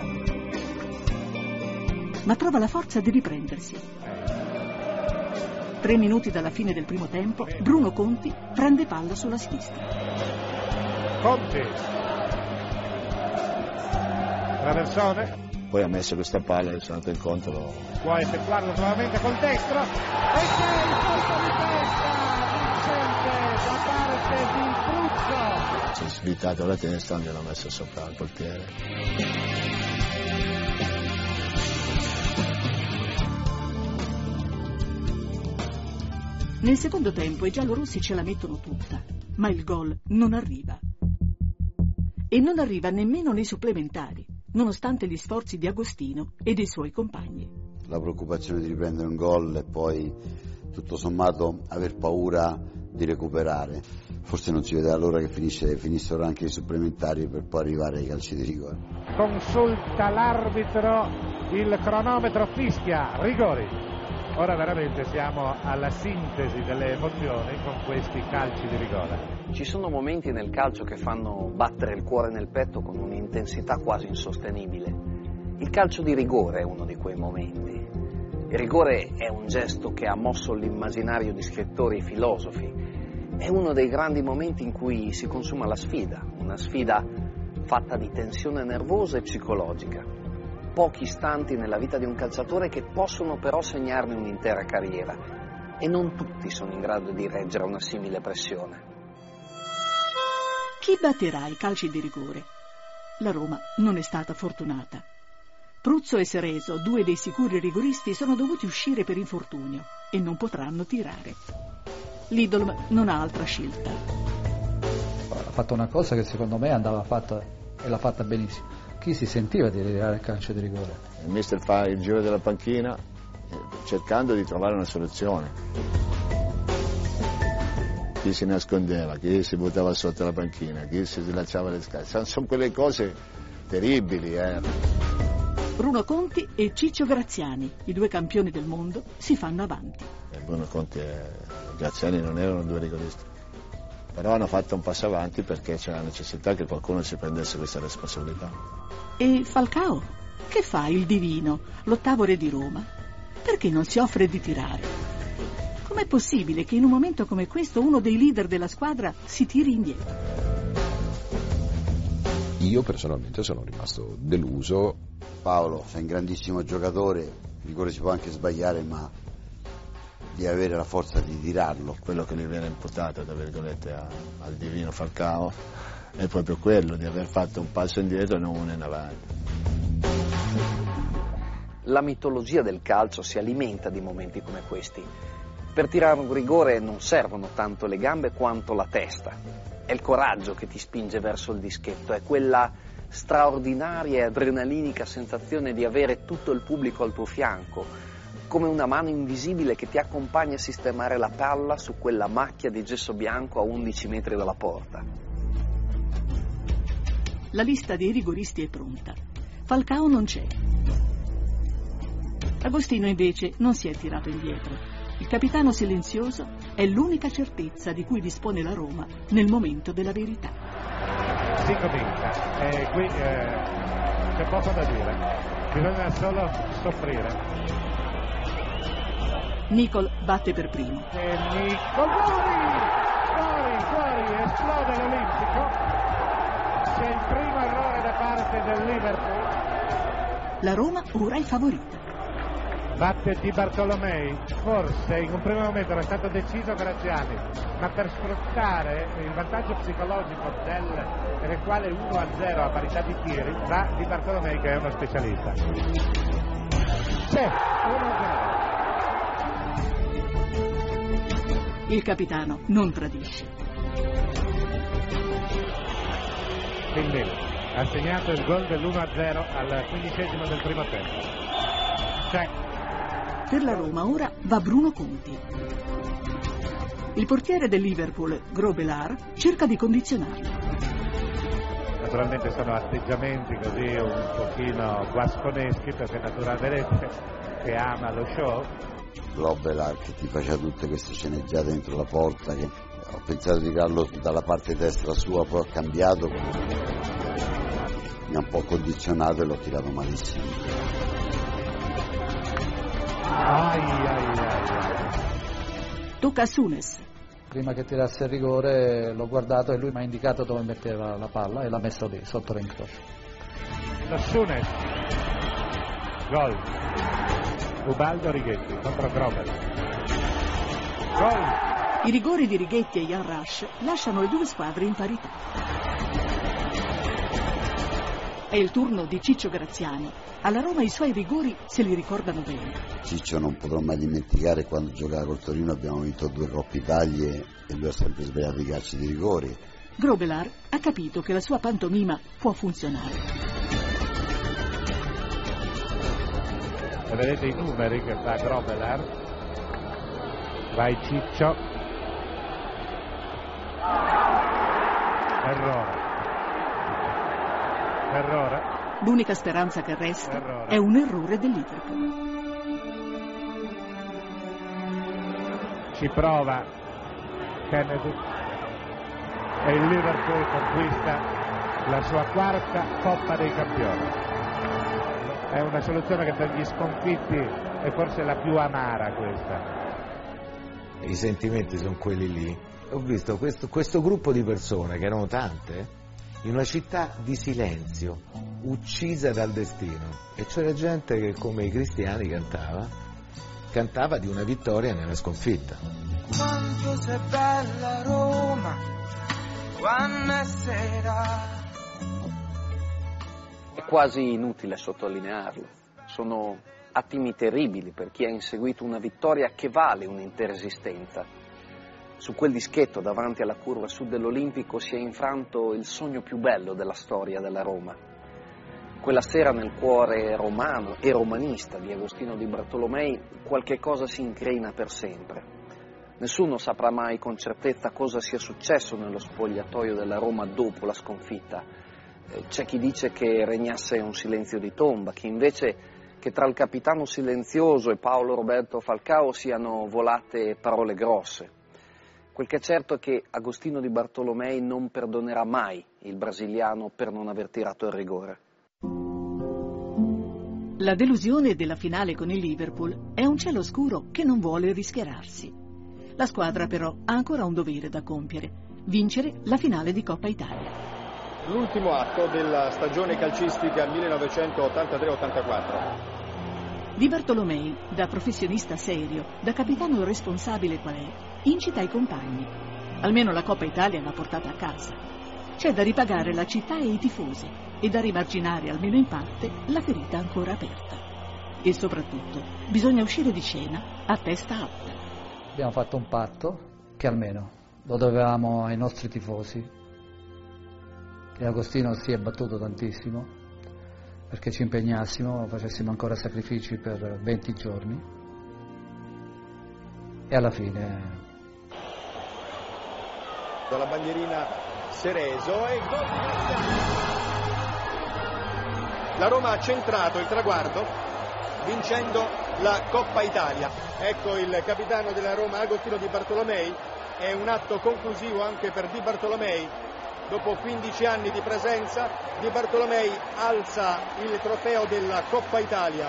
ma trova la forza di riprendersi. 3 minuti dalla fine del primo tempo, Bruno Conti prende palla sulla sinistra. Conti. Traversone. Poi ha messo questa palla e sono andato incontro. Può effettuarlo nuovamente col destro. E c'è il colpo di testa vincente da parte di Pruzzo. Si è svitato la testa e gliel'ha messo sopra il portiere. Nel secondo tempo i giallorossi ce la mettono tutta, ma il gol non arriva. E non arriva nemmeno nei supplementari, nonostante gli sforzi di Agostino e dei suoi compagni. La preoccupazione di riprendere un gol e poi, tutto sommato, aver paura di recuperare. Forse non si vedeva l'ora che finissero anche i supplementari per poi arrivare ai calci di rigore. Consulta l'arbitro, il cronometro fischia, rigori. Ora veramente siamo alla sintesi delle emozioni con questi calci di rigore. Ci sono momenti nel calcio che fanno battere il cuore nel petto con un'intensità quasi insostenibile. Il calcio di rigore è uno di quei momenti. Il rigore è un gesto che ha mosso l'immaginario di scrittori e filosofi. È uno dei grandi momenti in cui si consuma la sfida, una sfida fatta di tensione nervosa e psicologica. Pochi istanti nella vita di un calciatore che possono però segnarne un'intera carriera e non tutti sono in grado di reggere una simile pressione. Chi batterà i calci di rigore? La Roma non è stata fortunata. Pruzzo e Sereso, 2 dei sicuri rigoristi, sono dovuti uscire per infortunio e non potranno tirare. Lidholm non ha altra scelta. Ha fatto una cosa che secondo me andava fatta e l'ha fatta benissimo. Chi si sentiva di tirare il calcio di rigore? Il mister fa il giro della panchina cercando di trovare una soluzione. Chi si nascondeva, chi si buttava sotto la panchina, chi si slacciava le scale. Sono quelle cose terribili. Bruno Conti e Ciccio Graziani, i 2 campioni del mondo, si fanno avanti. Bruno Conti e Graziani non erano 2 rigoristi, però hanno fatto un passo avanti perché c'era la necessità che qualcuno si prendesse questa responsabilità. E Falcao? Che fa il divino, l'8º re di Roma? Perché non si offre di tirare? Com'è possibile che in un momento come questo uno dei leader della squadra si tiri indietro? io personalmente sono rimasto deluso. Paolo sei un grandissimo giocatore, il rigore si può anche sbagliare, ma di avere la forza di tirarlo. Quello che gli viene imputato, tra virgolette, al divino Falcao è proprio quello di aver fatto un passo indietro e non uno in avanti. La mitologia del calcio si alimenta di momenti come questi. Per tirare un rigore non servono tanto le gambe quanto la testa. È il coraggio che ti spinge verso il dischetto, è quella straordinaria e adrenalinica sensazione di avere tutto il pubblico al tuo fianco, come una mano invisibile che ti accompagna a sistemare la palla su quella macchia di gesso bianco a 11 metri dalla porta. La lista dei rigoristi è pronta. Falcao non c'è. Agostino invece non si è tirato indietro. Il capitano silenzioso è l'unica certezza di cui dispone la Roma nel momento della verità. Si comincia, qui c'è poco da dire, bisogna solo soffrire. Nicol batte per primo. Nicol, fuori, esplode l'Olimpico. C'è il primo errore da parte del Liverpool. La Roma ora è favorita. Batte Di Bartolomei, forse in un primo momento era stato deciso Graziani, ma per sfruttare il vantaggio psicologico del quale 1-0 a parità di tiri, va Di Bartolomei che è uno specialista. C'è 1-0. Il capitano non tradisce. Quindi ha segnato il gol dell'1-0 al 15° del primo tempo. C'è. Per la Roma ora va Bruno Conti. Il portiere del Liverpool, Grobelar, cerca di condizionarlo. Naturalmente sono atteggiamenti così un pochino guasconeschi, perché naturalmente che ama lo show. Grobelar che ti faceva tutte queste sceneggiate dentro la porta, che ho pensato di tirarlo dalla parte destra sua, poi ho cambiato, mi ha un po' condizionato e l'ho tirato malissimo. Tocca a Sunes. Prima che tirasse il rigore l'ho guardato e lui mi ha indicato dove metteva la palla e l'ha messo lì, sotto l'incrocio. Lo Sunes. Gol. Ubaldo Righetti contro Grober. Gol. I rigori di Righetti e Jan Rasch lasciano le due squadre in parità. È il turno di Ciccio Graziani. Alla Roma i suoi rigori se li ricordano bene. Ciccio non potrò mai dimenticare quando giocava col Torino, abbiamo vinto 2 Coppe Italia e lui ha sempre sbagliato i calci di rigori. Grobelar ha capito che la sua pantomima può funzionare. E vedete i numeri che fa Grobelar. Vai Ciccio. Errore. L'unica speranza che resta è un errore del Liverpool. Ci prova Kennedy e il Liverpool conquista la sua 4ª Coppa dei Campioni. È una soluzione che per gli sconfitti è forse la più amara questa. I sentimenti sono quelli lì. Ho visto questo gruppo di persone, che erano tante, in una città di silenzio, uccisa dal destino, e c'era gente che, come i cristiani, cantava di una vittoria nella sconfitta. Quanto sei bella Roma, quando è sera. È quasi inutile sottolinearlo. Sono attimi terribili per chi ha inseguito una vittoria che vale un'intera esistenza. Su quel dischetto davanti alla curva sud dell'Olimpico si è infranto il sogno più bello della storia della Roma. Quella sera nel cuore romano e romanista di Agostino Di Bartolomei qualche cosa si incrina per sempre. Nessuno saprà mai con certezza cosa sia successo nello spogliatoio della Roma dopo la sconfitta. C'è chi dice che regnasse un silenzio di tomba, chi invece che tra il capitano silenzioso e Paolo Roberto Falcao siano volate parole grosse. Quel che è certo è che Agostino Di Bartolomei non perdonerà mai il brasiliano per non aver tirato il rigore. La delusione della finale con il Liverpool è un cielo scuro che non vuole rischiararsi. La squadra però ha ancora un dovere da compiere: vincere la finale di Coppa Italia. l'ultimo atto della stagione calcistica 1983-84. Di Bartolomei, da professionista serio, da capitano responsabile qual è, incita i compagni. Almeno la Coppa Italia l'ha portata a casa. C'è da ripagare la città e i tifosi e da rimarginare, almeno in parte, la ferita ancora aperta. E soprattutto bisogna uscire di scena a testa alta. Abbiamo fatto un patto che almeno lo dovevamo ai nostri tifosi. E Agostino si è battuto tantissimo perché ci impegnassimo, facessimo ancora sacrifici per 20 giorni e alla fine... Dalla bandierina Cerezo e gol. La Roma ha centrato il traguardo vincendo la Coppa Italia. Ecco il capitano della Roma Agostino Di Bartolomei, è un atto conclusivo anche per Di Bartolomei. Dopo 15 anni di presenza, Di Bartolomei alza il trofeo della Coppa Italia.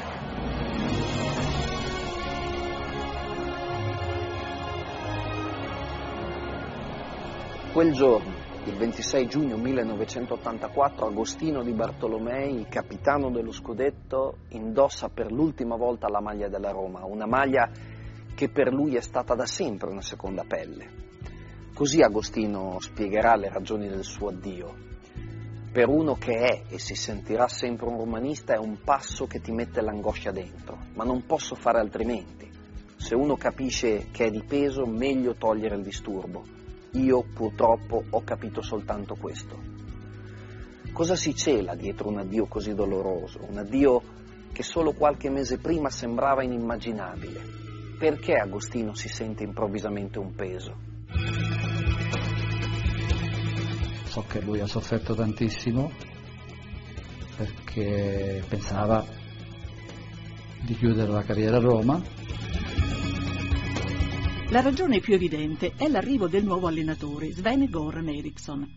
Quel giorno, il 26 giugno 1984, Agostino Di Bartolomei, capitano dello scudetto, indossa per l'ultima volta la maglia della Roma, una maglia che per lui è stata da sempre una seconda pelle. Così Agostino spiegherà le ragioni del suo addio. Per uno che è e si sentirà sempre un romanista è un passo che ti mette l'angoscia dentro, ma non posso fare altrimenti. Se uno capisce che è di peso, meglio togliere il disturbo. Io purtroppo ho capito soltanto questo. Cosa si cela dietro un addio così doloroso? Un addio che solo qualche mese prima sembrava inimmaginabile. Perché Agostino si sente improvvisamente un peso? So che lui ha sofferto tantissimo perché pensava di chiudere la carriera a Roma. La ragione più evidente è l'arrivo del nuovo allenatore, Sven-Göran Eriksson.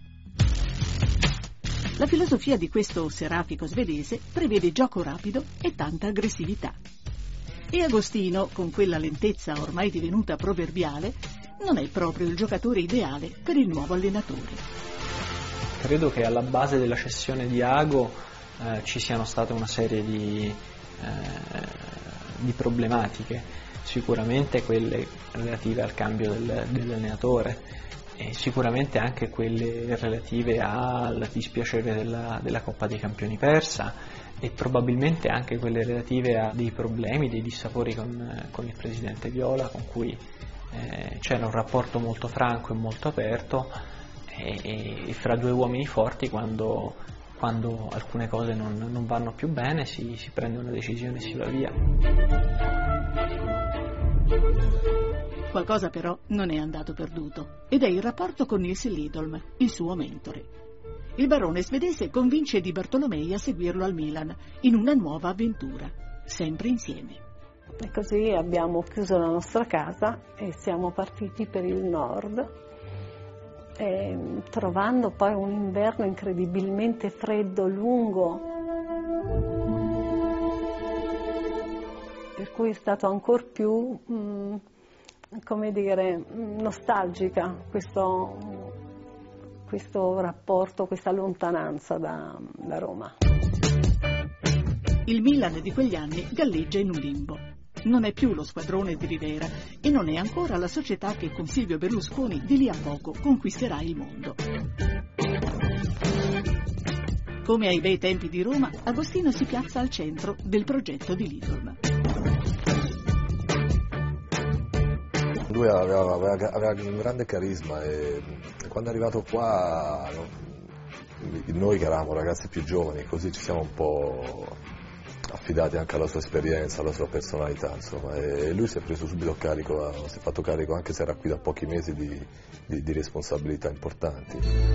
La filosofia di questo serafico svedese prevede gioco rapido e tanta aggressività. E Agostino, con quella lentezza ormai divenuta proverbiale, non è proprio il giocatore ideale per il nuovo allenatore. Credo che alla base della cessione di Ago ci siano state una serie di problematiche, sicuramente quelle relative al cambio dell'allenatore e sicuramente anche quelle relative al dispiacere della Coppa dei Campioni persa e probabilmente anche quelle relative a dei problemi, dei dissapori con il presidente Viola, con cui c'era un rapporto molto franco e molto aperto e fra due uomini forti quando alcune cose non vanno più bene si prende una decisione e si va via. Qualcosa però non è andato perduto ed è il rapporto con Nils Lidholm, il suo mentore. Il barone svedese convince Di Bartolomei a seguirlo al Milan in una nuova avventura, sempre insieme. E così abbiamo chiuso la nostra casa e siamo partiti per il nord, trovando poi un inverno incredibilmente freddo, lungo, per cui è stato ancora più, come dire, nostalgica questo rapporto, questa lontananza da Roma. Il Milan di quegli anni galleggia in un limbo. Non è più lo squadrone di Rivera e non è ancora la società che con Silvio Berlusconi di lì a poco conquisterà il mondo. Come ai bei tempi di Roma, Agostino si piazza al centro del progetto di Lidholm. Lui aveva un grande carisma e quando è arrivato qua, noi che eravamo ragazzi più giovani, così ci siamo un po' affidati anche alla sua esperienza, alla sua personalità, insomma, e lui si è preso subito carico, si è fatto carico, anche se era qui da pochi mesi, di responsabilità importanti.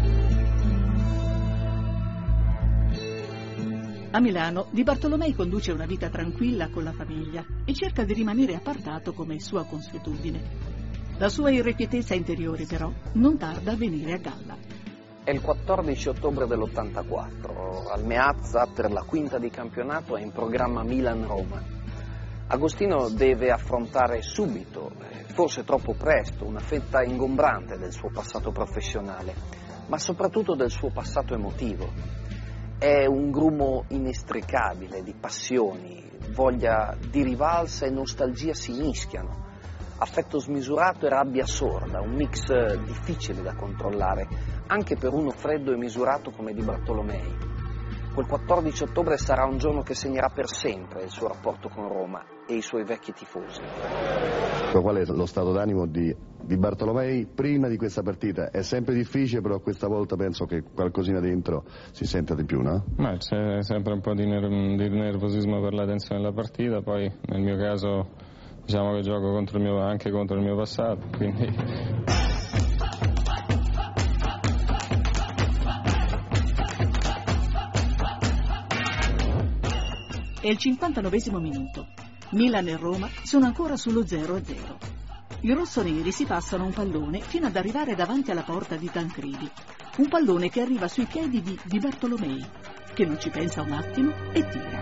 A Milano, Di Bartolomei conduce una vita tranquilla con la famiglia e cerca di rimanere appartato come sua consuetudine. La sua irrequietezza interiore, però, non tarda a venire a galla. È il 14 ottobre dell'84, al Meazza per la quinta di campionato è in programma Milan-Roma. Agostino deve affrontare subito, forse troppo presto, una fetta ingombrante del suo passato professionale. ma soprattutto del suo passato emotivo. È un grumo inestricabile di passioni, voglia di rivalsa e nostalgia si mischiano, affetto smisurato e rabbia sorda, un mix difficile da controllare, anche per uno freddo e misurato come Di Bartolomei. Quel 14 ottobre sarà un giorno che segnerà per sempre il suo rapporto con Roma e i suoi vecchi tifosi. Qual è lo stato d'animo di Bartolomei prima di questa partita? È sempre difficile, però questa volta penso che qualcosina dentro si senta di più, no? Ma c'è sempre un po' di nervosismo per la tensione della partita, poi nel mio caso diciamo che gioco anche contro il mio passato, quindi... È il 59esimo minuto. Milan e Roma sono ancora sullo 0-0. I rossoneri si passano un pallone fino ad arrivare davanti alla porta di Tancredi. Un pallone che arriva sui piedi di Di Bartolomei, che non ci pensa un attimo e tira.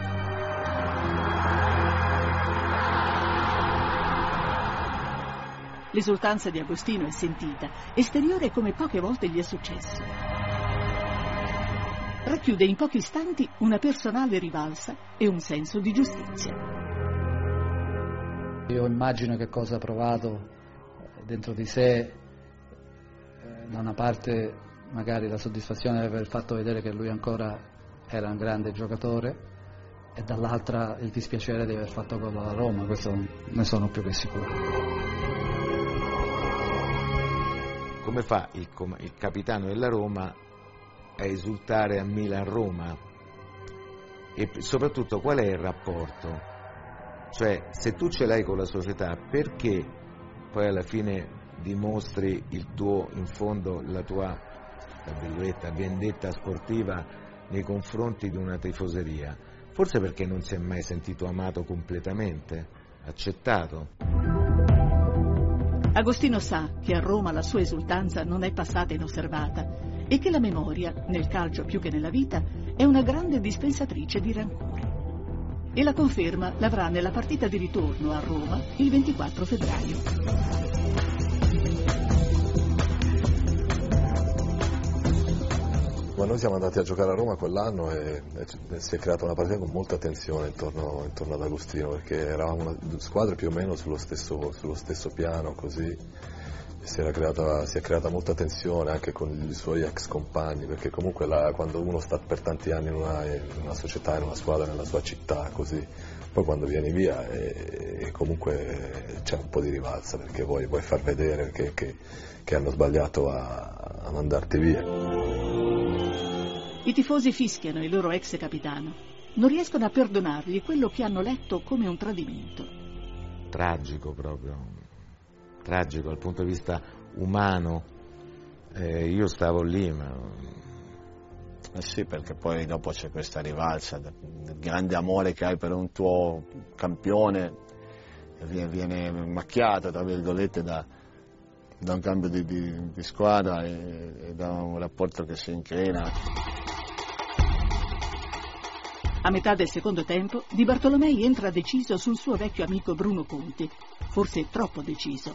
L'esultanza di Agostino è sentita, esteriore come poche volte gli è successo. Racchiude in pochi istanti una personale rivalsa e un senso di giustizia. Io immagino che cosa ha provato dentro di sé, da una parte magari la soddisfazione di aver fatto vedere che lui ancora era un grande giocatore e dall'altra il dispiacere di aver fatto gol alla Roma, questo ne sono più che sicuro. Come fa il capitano della Roma a esultare a Milan-Roma? E soprattutto qual è il rapporto? Cioè, se tu ce l'hai con la società, perché poi alla fine dimostri in fondo la tua, tra virgolette, vendetta sportiva nei confronti di una tifoseria? Forse perché non si è mai sentito amato completamente, accettato. Agostino sa che a Roma la sua esultanza non è passata inosservata e che la memoria, nel calcio più che nella vita, è una grande dispensatrice di rancore. E la conferma l'avrà nella partita di ritorno a Roma il 24 febbraio. Ma noi siamo andati a giocare a Roma quell'anno e si è creata una partita con molta tensione intorno ad Agostino, perché eravamo una squadra più o meno sullo stesso piano, così. Si è creata molta tensione anche con i suoi ex compagni, perché comunque quando uno sta per tanti anni in una società, in una squadra, nella sua città, così, poi quando vieni via e comunque c'è un po' di rivalsa, perché vuoi far vedere che hanno sbagliato a mandarti via. I tifosi fischiano il loro ex capitano, non riescono a perdonargli quello che hanno letto come un tradimento. Tragico proprio. Tragico dal punto di vista umano, io stavo lì, ma... Sì, perché poi dopo c'è questa rivalsa, il grande amore che hai per un tuo campione viene macchiato, tra virgolette, da un cambio di squadra e da un rapporto che si incrina. A metà del secondo tempo, Di Bartolomei entra deciso sul suo vecchio amico Bruno Conti, forse troppo deciso.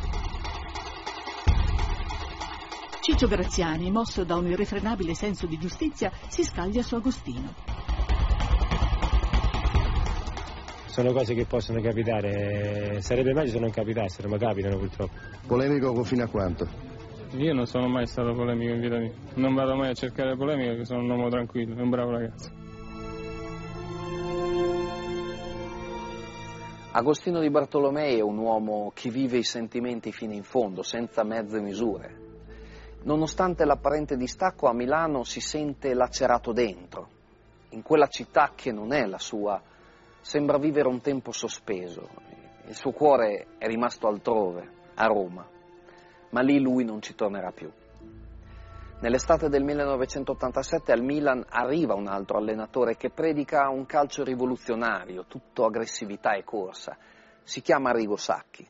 Ciccio Graziani, mosso da un irrefrenabile senso di giustizia, si scaglia su Agostino. Sono cose che possono capitare, sarebbe meglio se non capitassero, ma capitano purtroppo. Polemico fino a quanto? Io non sono mai stato polemico in vita mia, non vado mai a cercare polemica perché sono un uomo tranquillo, è un bravo ragazzo. Agostino Di Bartolomei è un uomo che vive i sentimenti fino in fondo, senza mezze misure. Nonostante l'apparente distacco, a Milano si sente lacerato dentro. In quella città che non è la sua, sembra vivere un tempo sospeso. Il suo cuore è rimasto altrove, a Roma, ma lì lui non ci tornerà più. Nell'estate del 1987 al Milan arriva un altro allenatore che predica un calcio rivoluzionario, tutto aggressività e corsa. Si chiama Arrigo Sacchi.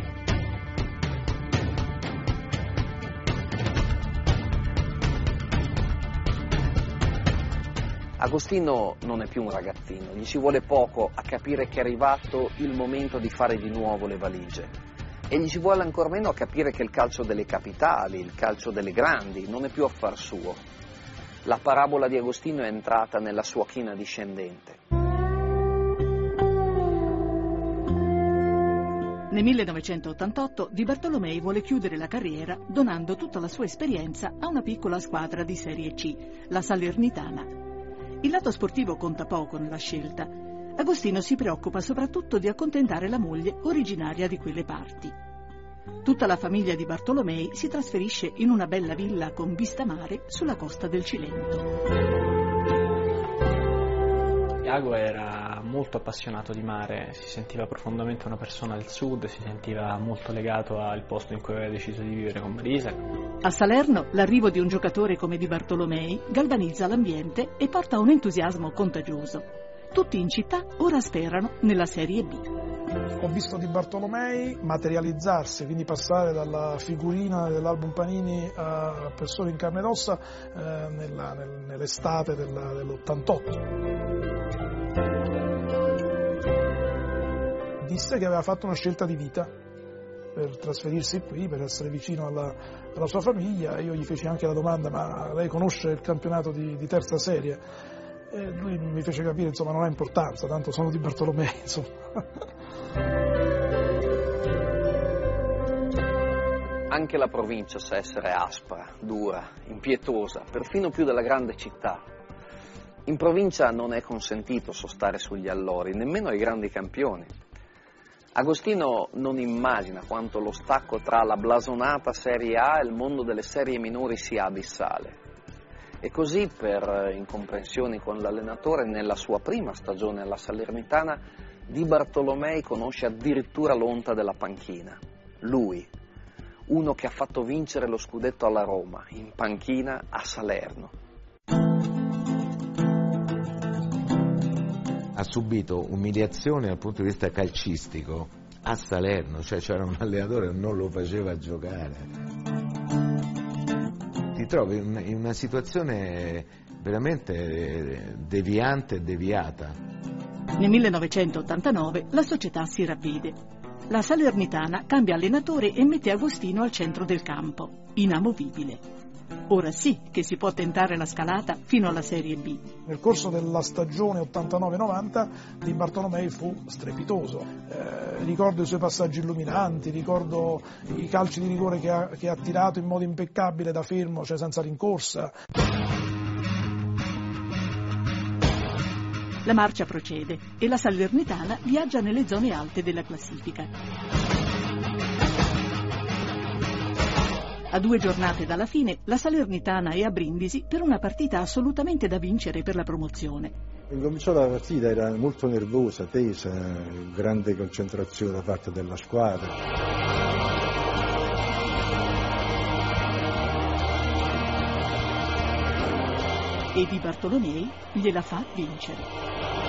Agostino non è più un ragazzino, gli ci vuole poco a capire che è arrivato il momento di fare di nuovo le valigie. E gli ci vuole ancor meno a capire che il calcio delle capitali, il calcio delle grandi, non è più affar suo. La parabola di Agostino è entrata nella sua china discendente. Nel 1988 Di Bartolomei vuole chiudere la carriera donando tutta la sua esperienza a una piccola squadra di Serie C, la Salernitana. Il lato sportivo conta poco nella scelta. Agostino si preoccupa soprattutto di accontentare la moglie originaria di quelle parti. Tutta la famiglia di Bartolomei si trasferisce in una bella villa con vista mare sulla costa del Cilento. Iago era molto appassionato di mare, si sentiva profondamente una persona del sud, si sentiva molto legato al posto in cui aveva deciso di vivere con Marisa. A Salerno l'arrivo di un giocatore come Di Bartolomei galvanizza l'ambiente e porta un entusiasmo contagioso. Tutti in città ora sperano nella Serie B. Ho visto Di Bartolomei materializzarsi, quindi passare dalla figurina dell'album Panini a persone in carne ed ossa nell'estate dell'88. Disse che aveva fatto una scelta di vita per trasferirsi qui, per essere vicino alla sua famiglia. Io gli feci anche la domanda: ma lei conosce il campionato di terza serie? E lui mi fece capire, insomma, non ha importanza, tanto sono Di Bartolomei, insomma. Anche la provincia sa essere aspra, dura, impietosa, perfino più della grande città. In provincia non è consentito sostare sugli allori, nemmeno ai grandi campioni. Agostino non immagina quanto lo stacco tra la blasonata Serie A e il mondo delle serie minori sia abissale. E così, per incomprensioni con l'allenatore, nella sua prima stagione alla Salernitana, Di Bartolomei conosce addirittura l'onta della panchina. Lui, uno che ha fatto vincere lo scudetto alla Roma, in panchina a Salerno. Ha subito umiliazione dal punto di vista calcistico a Salerno, cioè c'era un allenatore che non lo faceva giocare. Ti trovi in una situazione veramente deviante e deviata. Nel 1989 la società si ravvede. La Salernitana cambia allenatore e mette Agostino al centro del campo, inamovibile. Ora sì che si può tentare la scalata fino alla Serie B. Nel corso della stagione 89-90 Di Bartolomei fu strepitoso. Ricordo i suoi passaggi illuminanti, ricordo i calci di rigore che ha tirato in modo impeccabile da fermo, cioè senza rincorsa. La marcia procede e la Salernitana viaggia nelle zone alte della classifica. A 2 giornate dalla fine, la Salernitana è a Brindisi per una partita assolutamente da vincere per la promozione. Incominciò la partita, era molto nervosa, tesa, grande concentrazione da parte della squadra. E Di Bartolomei gliela fa vincere.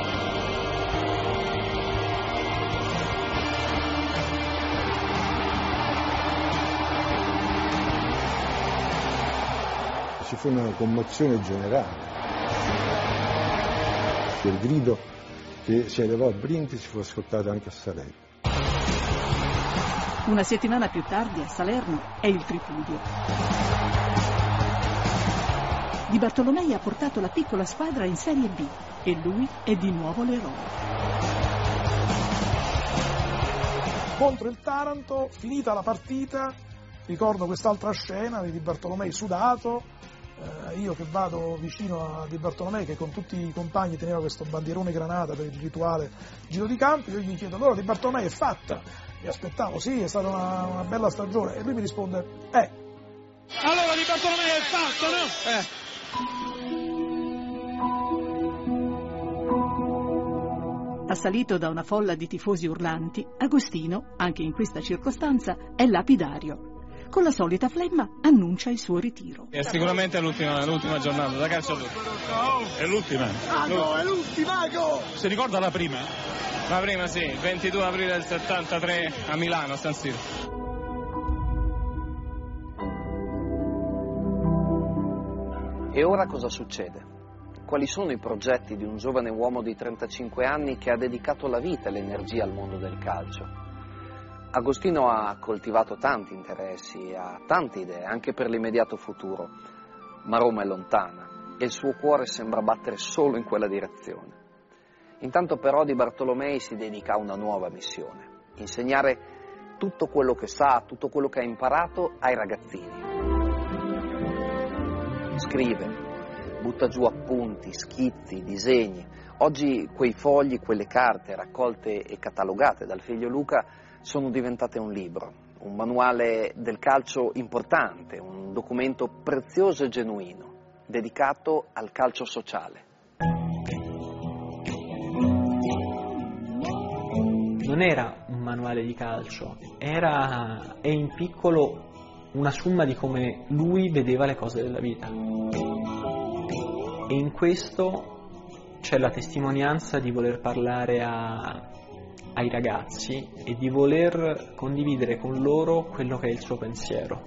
Ci fu una commozione generale. Il grido che si elevò a Brindisi fu ascoltato anche a Salerno. Una settimana più tardi a Salerno è il tripudio. Di Bartolomei ha portato la piccola squadra in Serie B e lui è di nuovo l'eroe. Contro il Taranto, finita la partita, ricordo quest'altra scena di Bartolomei sudato, io che vado vicino a Di Bartolomei che con tutti i compagni teneva questo bandierone granata per il rituale giro di campo. Io gli chiedo: allora Di Bartolomei è fatta? Mi aspettavo, sì, è stata una bella stagione. E lui mi risponde: allora Di Bartolomei è fatto, no? Assalito da una folla di tifosi urlanti, Agostino, anche in questa circostanza, è lapidario. Con la solita flemma annuncia il suo ritiro. È sicuramente l'ultima giornata da calcio. È l'ultima. È l'ultima! Si ricorda la prima? La prima sì, 22 aprile del 73 a Milano, a San Siro. E ora cosa succede? Quali sono i progetti di un giovane uomo di 35 anni che ha dedicato la vita e l'energia al mondo del calcio? Agostino ha coltivato tanti interessi, ha tante idee, anche per l'immediato futuro, ma Roma è lontana e il suo cuore sembra battere solo in quella direzione. Intanto però Di Bartolomei si dedica a una nuova missione: insegnare tutto quello che sa, tutto quello che ha imparato ai ragazzini. Scrive, butta giù appunti, schizzi, disegni. Oggi quei fogli, quelle carte raccolte e catalogate dal figlio Luca sono diventate un libro, un manuale del calcio importante, un documento prezioso e genuino, dedicato al calcio sociale. Non era un manuale di calcio, è in piccolo una somma di come lui vedeva le cose della vita. E in questo c'è la testimonianza di voler parlare ai ragazzi e di voler condividere con loro quello che è il suo pensiero.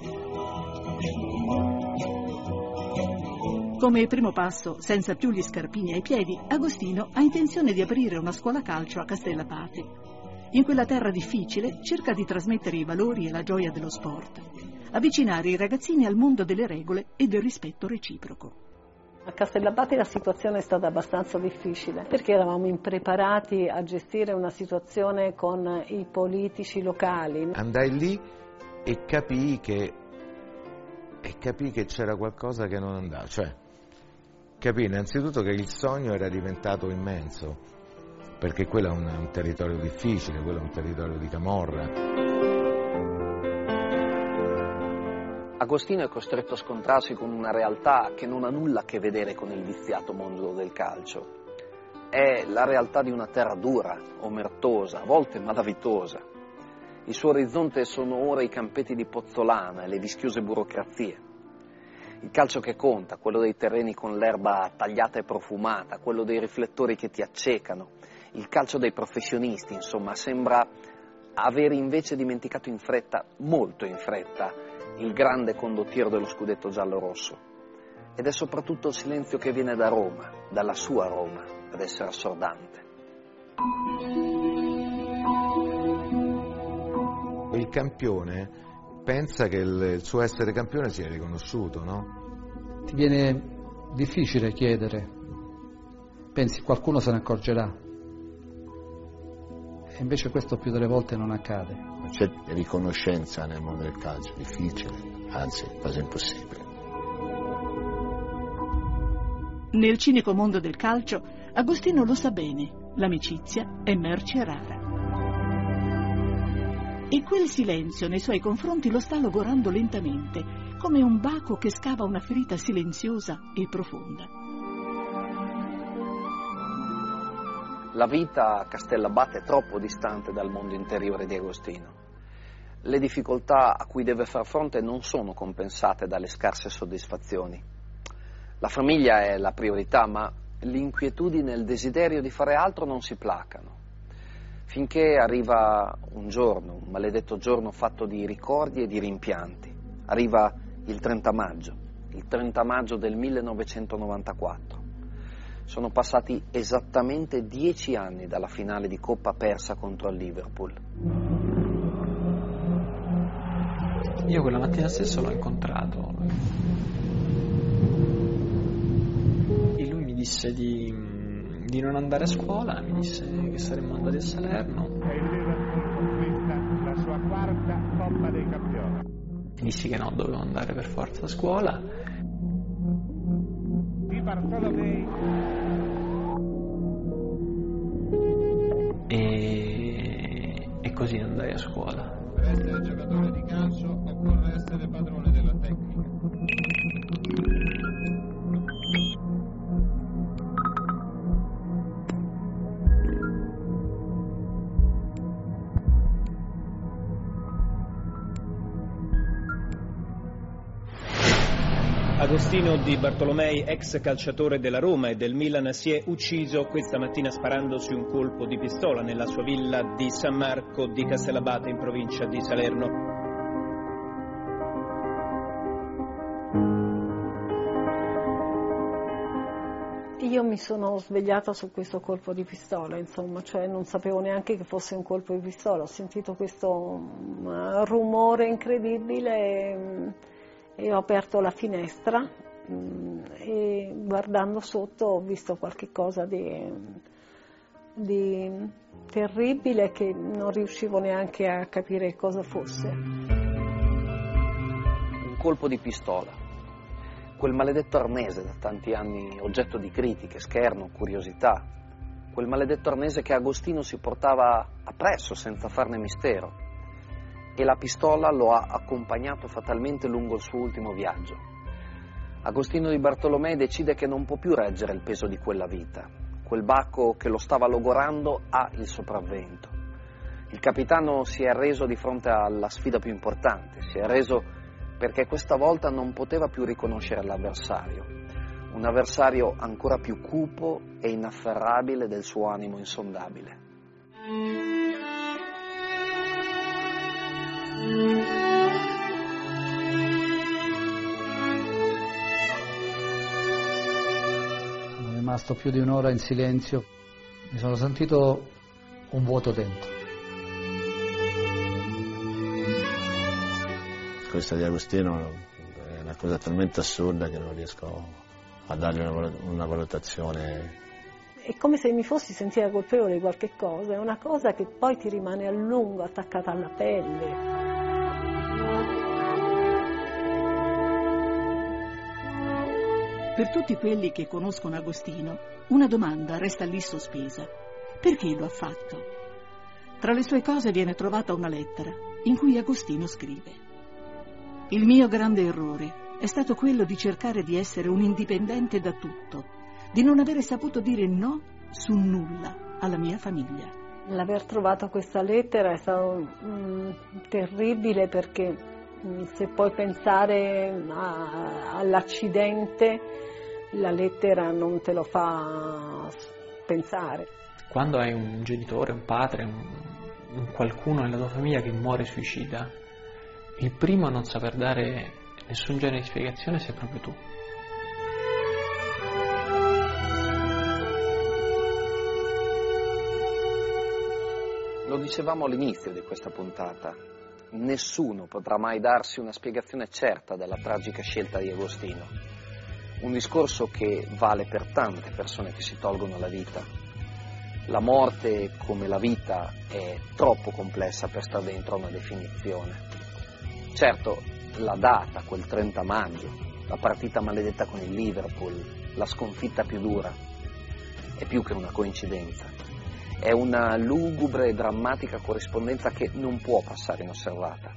Come primo passo, senza più gli scarpini ai piedi, Agostino ha intenzione di aprire una scuola calcio a Castellabate. In quella terra difficile cerca di trasmettere i valori e la gioia dello sport, avvicinare i ragazzini al mondo delle regole e del rispetto reciproco. A Castellabate la situazione è stata abbastanza difficile perché eravamo impreparati a gestire una situazione con i politici locali. Andai lì e capii che c'era qualcosa che non andava, cioè capii innanzitutto che il sogno era diventato immenso, perché quello è un territorio difficile, quello è un territorio di camorra. Agostino è costretto a scontrarsi con una realtà che non ha nulla a che vedere con il viziato mondo del calcio. È la realtà di una terra dura, omertosa, a volte malavitosa. Il suo orizzonte sono ora i campetti di Pozzolana e le vischiose burocrazie. Il calcio che conta, quello dei terreni con l'erba tagliata e profumata, quello dei riflettori che ti accecano, il calcio dei professionisti, insomma, sembra aver invece dimenticato in fretta, molto in fretta, il grande condottiero dello scudetto giallo-rosso. Ed è soprattutto il silenzio che viene da Roma, dalla sua Roma, ad essere assordante. Il campione pensa che il suo essere campione sia riconosciuto, no? Ti viene difficile chiedere, pensi qualcuno se ne accorgerà, e invece questo più delle volte non accade. C'è riconoscenza nel mondo del calcio, difficile, anzi quasi impossibile. Nel cinico mondo del calcio, Agostino lo sa bene, l'amicizia è merce rara. E quel silenzio nei suoi confronti lo sta logorando lentamente, come un baco che scava una ferita silenziosa e profonda. La vita a Castellabate è troppo distante dal mondo interiore di Agostino. Le difficoltà a cui deve far fronte non sono compensate dalle scarse soddisfazioni. La famiglia è la priorità, ma l'inquietudine e il desiderio di fare altro non si placano. Finché arriva un giorno, un maledetto giorno fatto di ricordi e di rimpianti. Arriva il 30 maggio del 1994. Sono passati esattamente 10 anni dalla finale di Coppa persa contro il Liverpool. Io quella mattina stessa l'ho incontrato e lui mi disse di non andare a scuola, mi disse che saremmo andati a Salerno. E il Liverpool conquista la sua quarta Coppa dei Campioni. Mi dissi che no, dovevo andare per forza a scuola. Di Bartolomei. E così andai a scuola. Per essere giocatore di calcio occorre essere padrone della tecnica. Agostino Di Bartolomei, ex calciatore della Roma e del Milan, si è ucciso questa mattina sparandosi un colpo di pistola nella sua villa di San Marco di Castellabate in provincia di Salerno. Io mi sono svegliata su questo colpo di pistola, insomma, cioè non sapevo neanche che fosse un colpo di pistola, ho sentito questo rumore incredibile e ho aperto la finestra e guardando sotto ho visto qualche cosa di terribile che non riuscivo neanche a capire cosa fosse. Un colpo di pistola, quel maledetto arnese da tanti anni oggetto di critiche, scherno, curiosità, quel maledetto arnese che Agostino si portava appresso senza farne mistero, e la pistola lo ha accompagnato fatalmente lungo il suo ultimo viaggio. Agostino di Bartolomei decide che non può più reggere il peso di quella vita. Quel baco che lo stava logorando ha il sopravvento. Il capitano si è arreso di fronte alla sfida più importante, si è arreso perché questa volta non poteva più riconoscere l'avversario, un avversario ancora più cupo e inafferrabile del suo animo insondabile. Sono rimasto più di un'ora in silenzio, mi sono sentito un vuoto dentro. Questa di Agostino è una cosa talmente assurda che non riesco a dargli una valutazione. È come se mi fossi sentita colpevole di qualche cosa, è una cosa che poi ti rimane a lungo attaccata alla pelle. Per tutti quelli che conoscono Agostino, una domanda resta lì sospesa. Perché lo ha fatto? Tra le sue cose viene trovata una lettera in cui Agostino scrive: «Il mio grande errore è stato quello di cercare di essere un indipendente da tutto, di non avere saputo dire no su nulla alla mia famiglia». L'aver trovato questa lettera è stato terribile, perché se puoi pensare all'accidente, la lettera non te lo fa pensare. Quando hai un genitore, un padre, un qualcuno nella tua famiglia che muore suicida, il primo a non saper dare nessun genere di spiegazione sei proprio tu. Lo dicevamo all'inizio di questa puntata, nessuno potrà mai darsi una spiegazione certa della tragica scelta di Agostino. Un discorso che vale per tante persone che si tolgono la vita. La morte, come la vita, è troppo complessa per stare dentro a una definizione. Certo, la data, quel 30 maggio, la partita maledetta con il Liverpool, la sconfitta più dura, è più che una coincidenza. È una lugubre e drammatica corrispondenza che non può passare inosservata.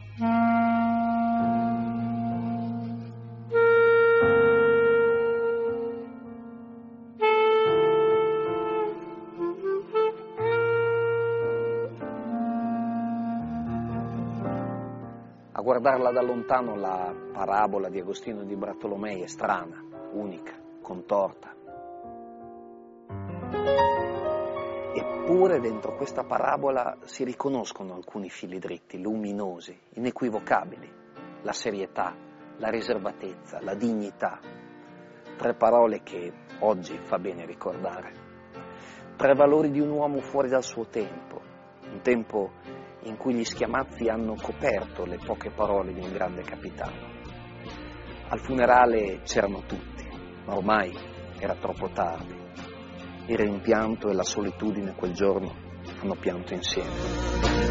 A guardarla da lontano la parabola di Agostino di Bartolomei è strana, unica, contorta. Eppure dentro questa parabola si riconoscono alcuni fili dritti, luminosi, inequivocabili. La serietà, la riservatezza, la dignità. 3 parole che oggi fa bene ricordare. 3 valori di un uomo fuori dal suo tempo, un tempo in cui gli schiamazzi hanno coperto le poche parole di un grande capitano. Al funerale c'erano tutti, ma ormai era troppo tardi. Il rimpianto e la solitudine quel giorno hanno pianto insieme.